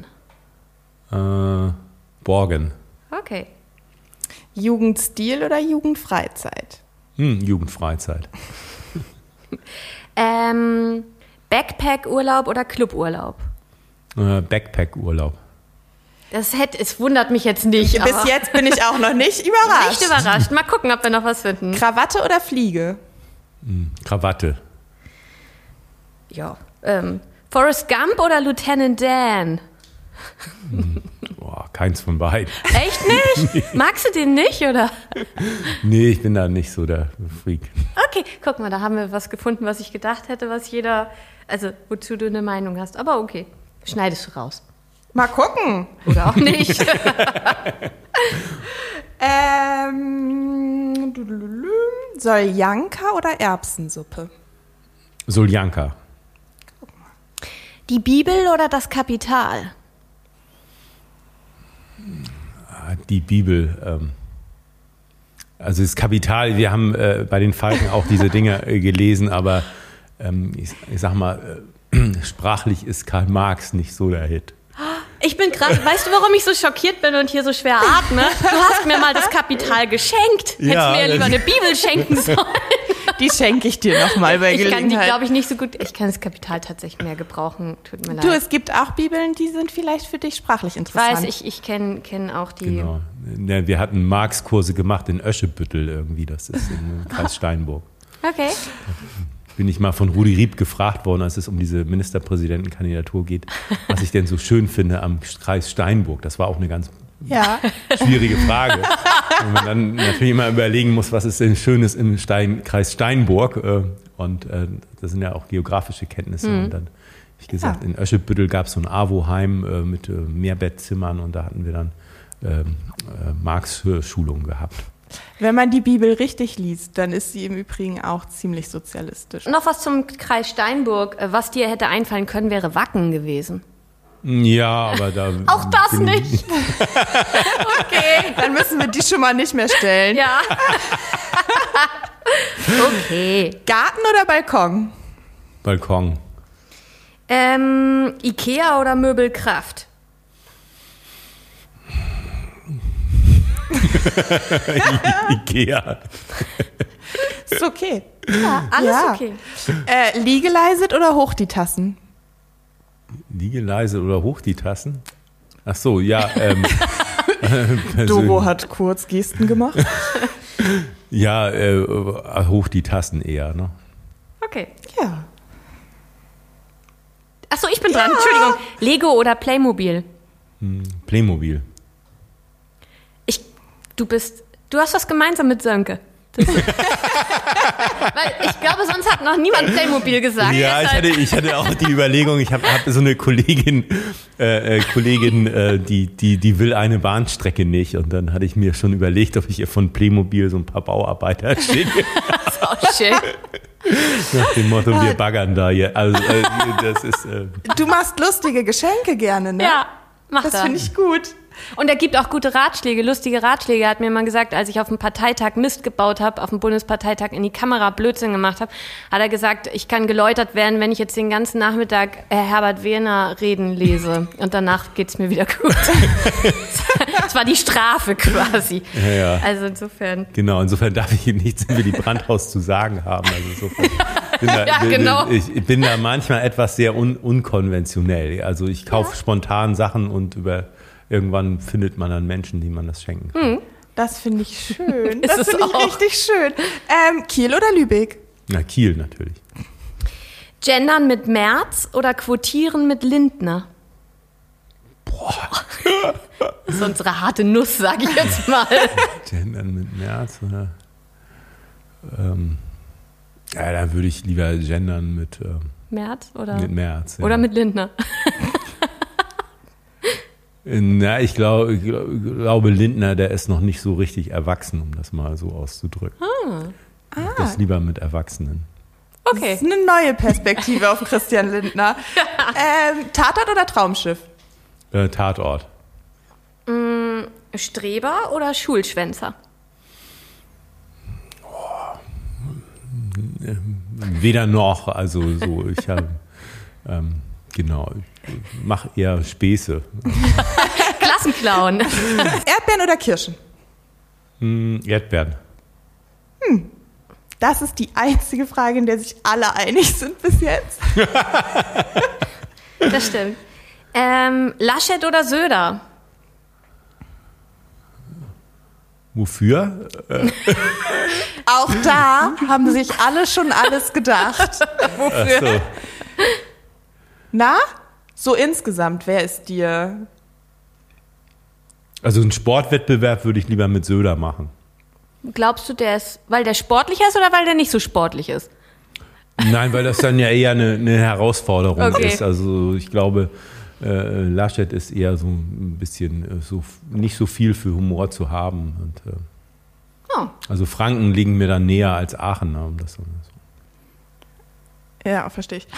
Borgen. Okay. Jugendstil oder Jugendfreizeit? Jugendfreizeit. Backpack-Urlaub oder Cluburlaub? Backpack-Urlaub. Es wundert mich jetzt nicht. Bis jetzt bin ich auch noch nicht überrascht. Nicht überrascht. Mal gucken, ob wir noch was finden. Krawatte oder Fliege? Krawatte. Ja. Forrest Gump oder Lieutenant Dan? Keins von beiden. Echt nicht? Magst du den nicht, oder? Nee, ich bin da nicht so der Freak. Okay, guck mal, da haben wir was gefunden, was ich gedacht hätte, wozu du eine Meinung hast. Aber okay, schneidest du raus. Mal gucken. Oder auch nicht. Soljanka oder Erbsensuppe? Soljanka. Die Bibel oder das Kapital? Die Bibel. Also das Kapital, wir haben bei den Falken auch diese Dinge gelesen, aber ich sag mal, sprachlich ist Karl Marx nicht so der Hit. Ich bin gerade, weißt du, warum ich so schockiert bin und hier so schwer atme? Du hast mir mal das Kapital geschenkt. Hättest mir ja lieber eine Bibel schenken sollen. Die schenke ich dir nochmal bei Gelegenheit. Ich kann die, glaube ich, nicht so gut. Ich kann das Kapital tatsächlich mehr gebrauchen. Tut mir leid. Du, es gibt auch Bibeln, die sind vielleicht für dich sprachlich interessant. Ich kenn auch die. Genau. Ja, wir hatten Marx-Kurse gemacht in Öschebüttel irgendwie. Das ist im Kreis Steinburg. Okay. bin ich mal von Rudi Rieb gefragt worden, als es um diese Ministerpräsidentenkandidatur geht, was ich denn so schön finde am Kreis Steinburg. Das war auch eine ganz schwierige Frage. Und man dann natürlich immer überlegen muss, was ist denn Schönes im Kreis Steinburg. Und das sind ja auch geografische Kenntnisse. Und dann habe ich gesagt, in Öschelbüttel gab es so ein AWO-Heim mit Mehrbettzimmern und da hatten wir dann Marx-Schulungen gehabt. Wenn man die Bibel richtig liest, dann ist sie im Übrigen auch ziemlich sozialistisch. Noch was zum Kreis Steinburg. Was dir hätte einfallen können, wäre Wacken gewesen. Ja, aber da... Auch das nicht. Okay, dann müssen wir die schon mal nicht mehr stellen. Ja. Okay. Garten oder Balkon? Balkon. Ikea oder Möbelkraft? Ikea. Ist okay. Ja, alles okay. Liegeleiset oder hoch die Tassen? Liege leise oder hoch die Tassen? Ach so, ja. Doro hat kurz Gesten gemacht. Ja, hoch die Tassen eher, ne? Okay. Ja. Achso, ich bin dran. Entschuldigung. Lego oder Playmobil? Playmobil. Du hast was gemeinsam mit Sönke. Weil ich glaube, sonst hat noch niemand Playmobil gesagt. Ja, ich hatte auch die Überlegung, ich hab so eine Kollegin, die will eine Bahnstrecke nicht. Und dann hatte ich mir schon überlegt, ob ich ihr von Playmobil so ein paar Bauarbeiter schicke. Das ist auch schön. Nach dem Motto, wir baggern da hier. Also, das ist, Du machst lustige Geschenke gerne, ne? Ja, mach das. Das finde ich gut. Und er gibt auch gute Ratschläge, lustige Ratschläge. Er hat mir mal gesagt, als ich auf dem Parteitag Mist gebaut habe, auf dem Bundesparteitag in die Kamera Blödsinn gemacht habe, hat er gesagt, ich kann geläutert werden, wenn ich jetzt den ganzen Nachmittag Herbert Wehner reden lese. Und danach geht's mir wieder gut. Das war die Strafe quasi. Ja. Also insofern. Genau, insofern darf ich nichts über die Brandhaus zu sagen haben. Also insofern genau. Ich bin da manchmal etwas sehr unkonventionell. Also ich kaufe spontan Sachen und irgendwann findet man dann Menschen, die man das schenken kann. Das finde ich schön. Ist Das es finde ich auch. richtig schön. Kiel oder Lübeck? Na, Kiel natürlich. Gendern mit Merz oder quotieren mit Lindner? Boah. Das ist unsere harte Nuss, sag ich jetzt mal. Gendern mit Merz oder? Ja, dann würde ich lieber gendern mit Merz oder? Mit Merz. Ja. Oder mit Lindner? Na, ich glaube, Lindner, der ist noch nicht so richtig erwachsen, um das mal so auszudrücken. Das lieber mit Erwachsenen. Okay. Das ist eine neue Perspektive auf Christian Lindner. Tatort oder Traumschiff? Tatort. Streber oder Schulschwänzer? Weder noch, also so, ich habe, genau, ich mache eher Späße. Klassenclown. Erdbeeren oder Kirschen? Erdbeeren. Das ist die einzige Frage, in der sich alle einig sind bis jetzt. Das stimmt. Laschet oder Söder? Wofür? Auch da haben sich alle schon alles gedacht. Wofür? Ach so. Na? So insgesamt, wer ist dir? Also einen Sportwettbewerb würde ich lieber mit Söder machen. Glaubst du, der ist, weil der sportlicher ist oder weil der nicht so sportlich ist? Nein, weil das dann ja eher eine Herausforderung Okay. ist. Also ich glaube, Laschet ist eher so ein bisschen nicht so viel für Humor zu haben. Und, also Franken liegen mir dann näher als Aachen. Ne, um das so. Ja, verstehe ich.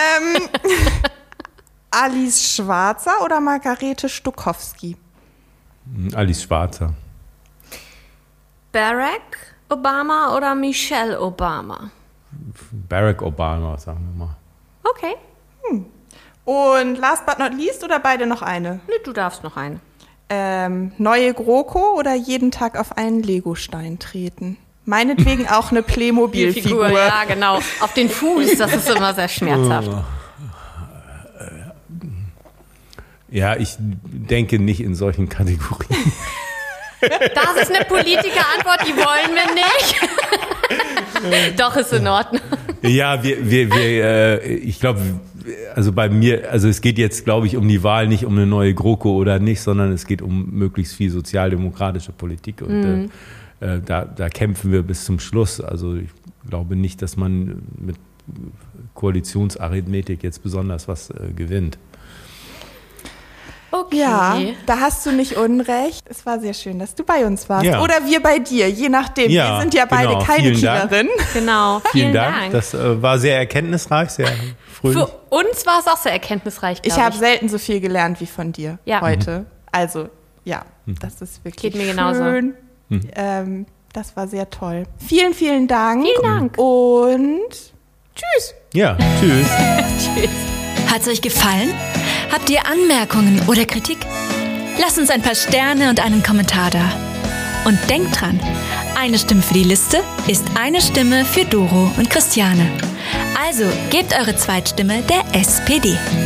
Alice Schwarzer oder Margarete Stokowski? Alice Schwarzer. Barack Obama oder Michelle Obama? Barack Obama, sagen wir mal. Okay. Und last but not least oder beide noch eine? Nee, du darfst noch eine. Neue GroKo oder jeden Tag auf einen Legostein treten? Meinetwegen auch eine Playmobil-Figur. Ja, genau. Auf den Fuß, das ist immer sehr schmerzhaft. Ja, ich denke nicht in solchen Kategorien. Das ist eine Politikerantwort, die wollen wir nicht. Doch, ist in Ordnung. Ja, ich glaube, also bei mir, also es geht jetzt, glaube ich, um die Wahl, nicht um eine neue GroKo oder nicht, sondern es geht um möglichst viel sozialdemokratische Politik und da kämpfen wir bis zum Schluss. Also ich glaube nicht, dass man mit Koalitionsarithmetik jetzt besonders was gewinnt. Okay. Ja, da hast du nicht unrecht. Es war sehr schön, dass du bei uns warst. Ja. Oder wir bei dir, je nachdem. Ja, wir sind ja beide genau. keine Vielen Dank. Killerin. Genau, Vielen Dank. Das war sehr erkenntnisreich, sehr fröhlich. Für uns war es auch sehr erkenntnisreich, Ich glaube habe selten so viel gelernt wie von dir Ja. heute. Also, ja, das ist wirklich Geht mir genauso. schön. Das war sehr toll. Vielen, vielen Dank. Vielen Dank. Und tschüss. Ja, tschüss. Tschüss. Hat's euch gefallen? Habt ihr Anmerkungen oder Kritik? Lasst uns ein paar Sterne und einen Kommentar da. Und denkt dran, eine Stimme für die Liste ist eine Stimme für Doro und Christiane. Also gebt eure Zweitstimme der SPD.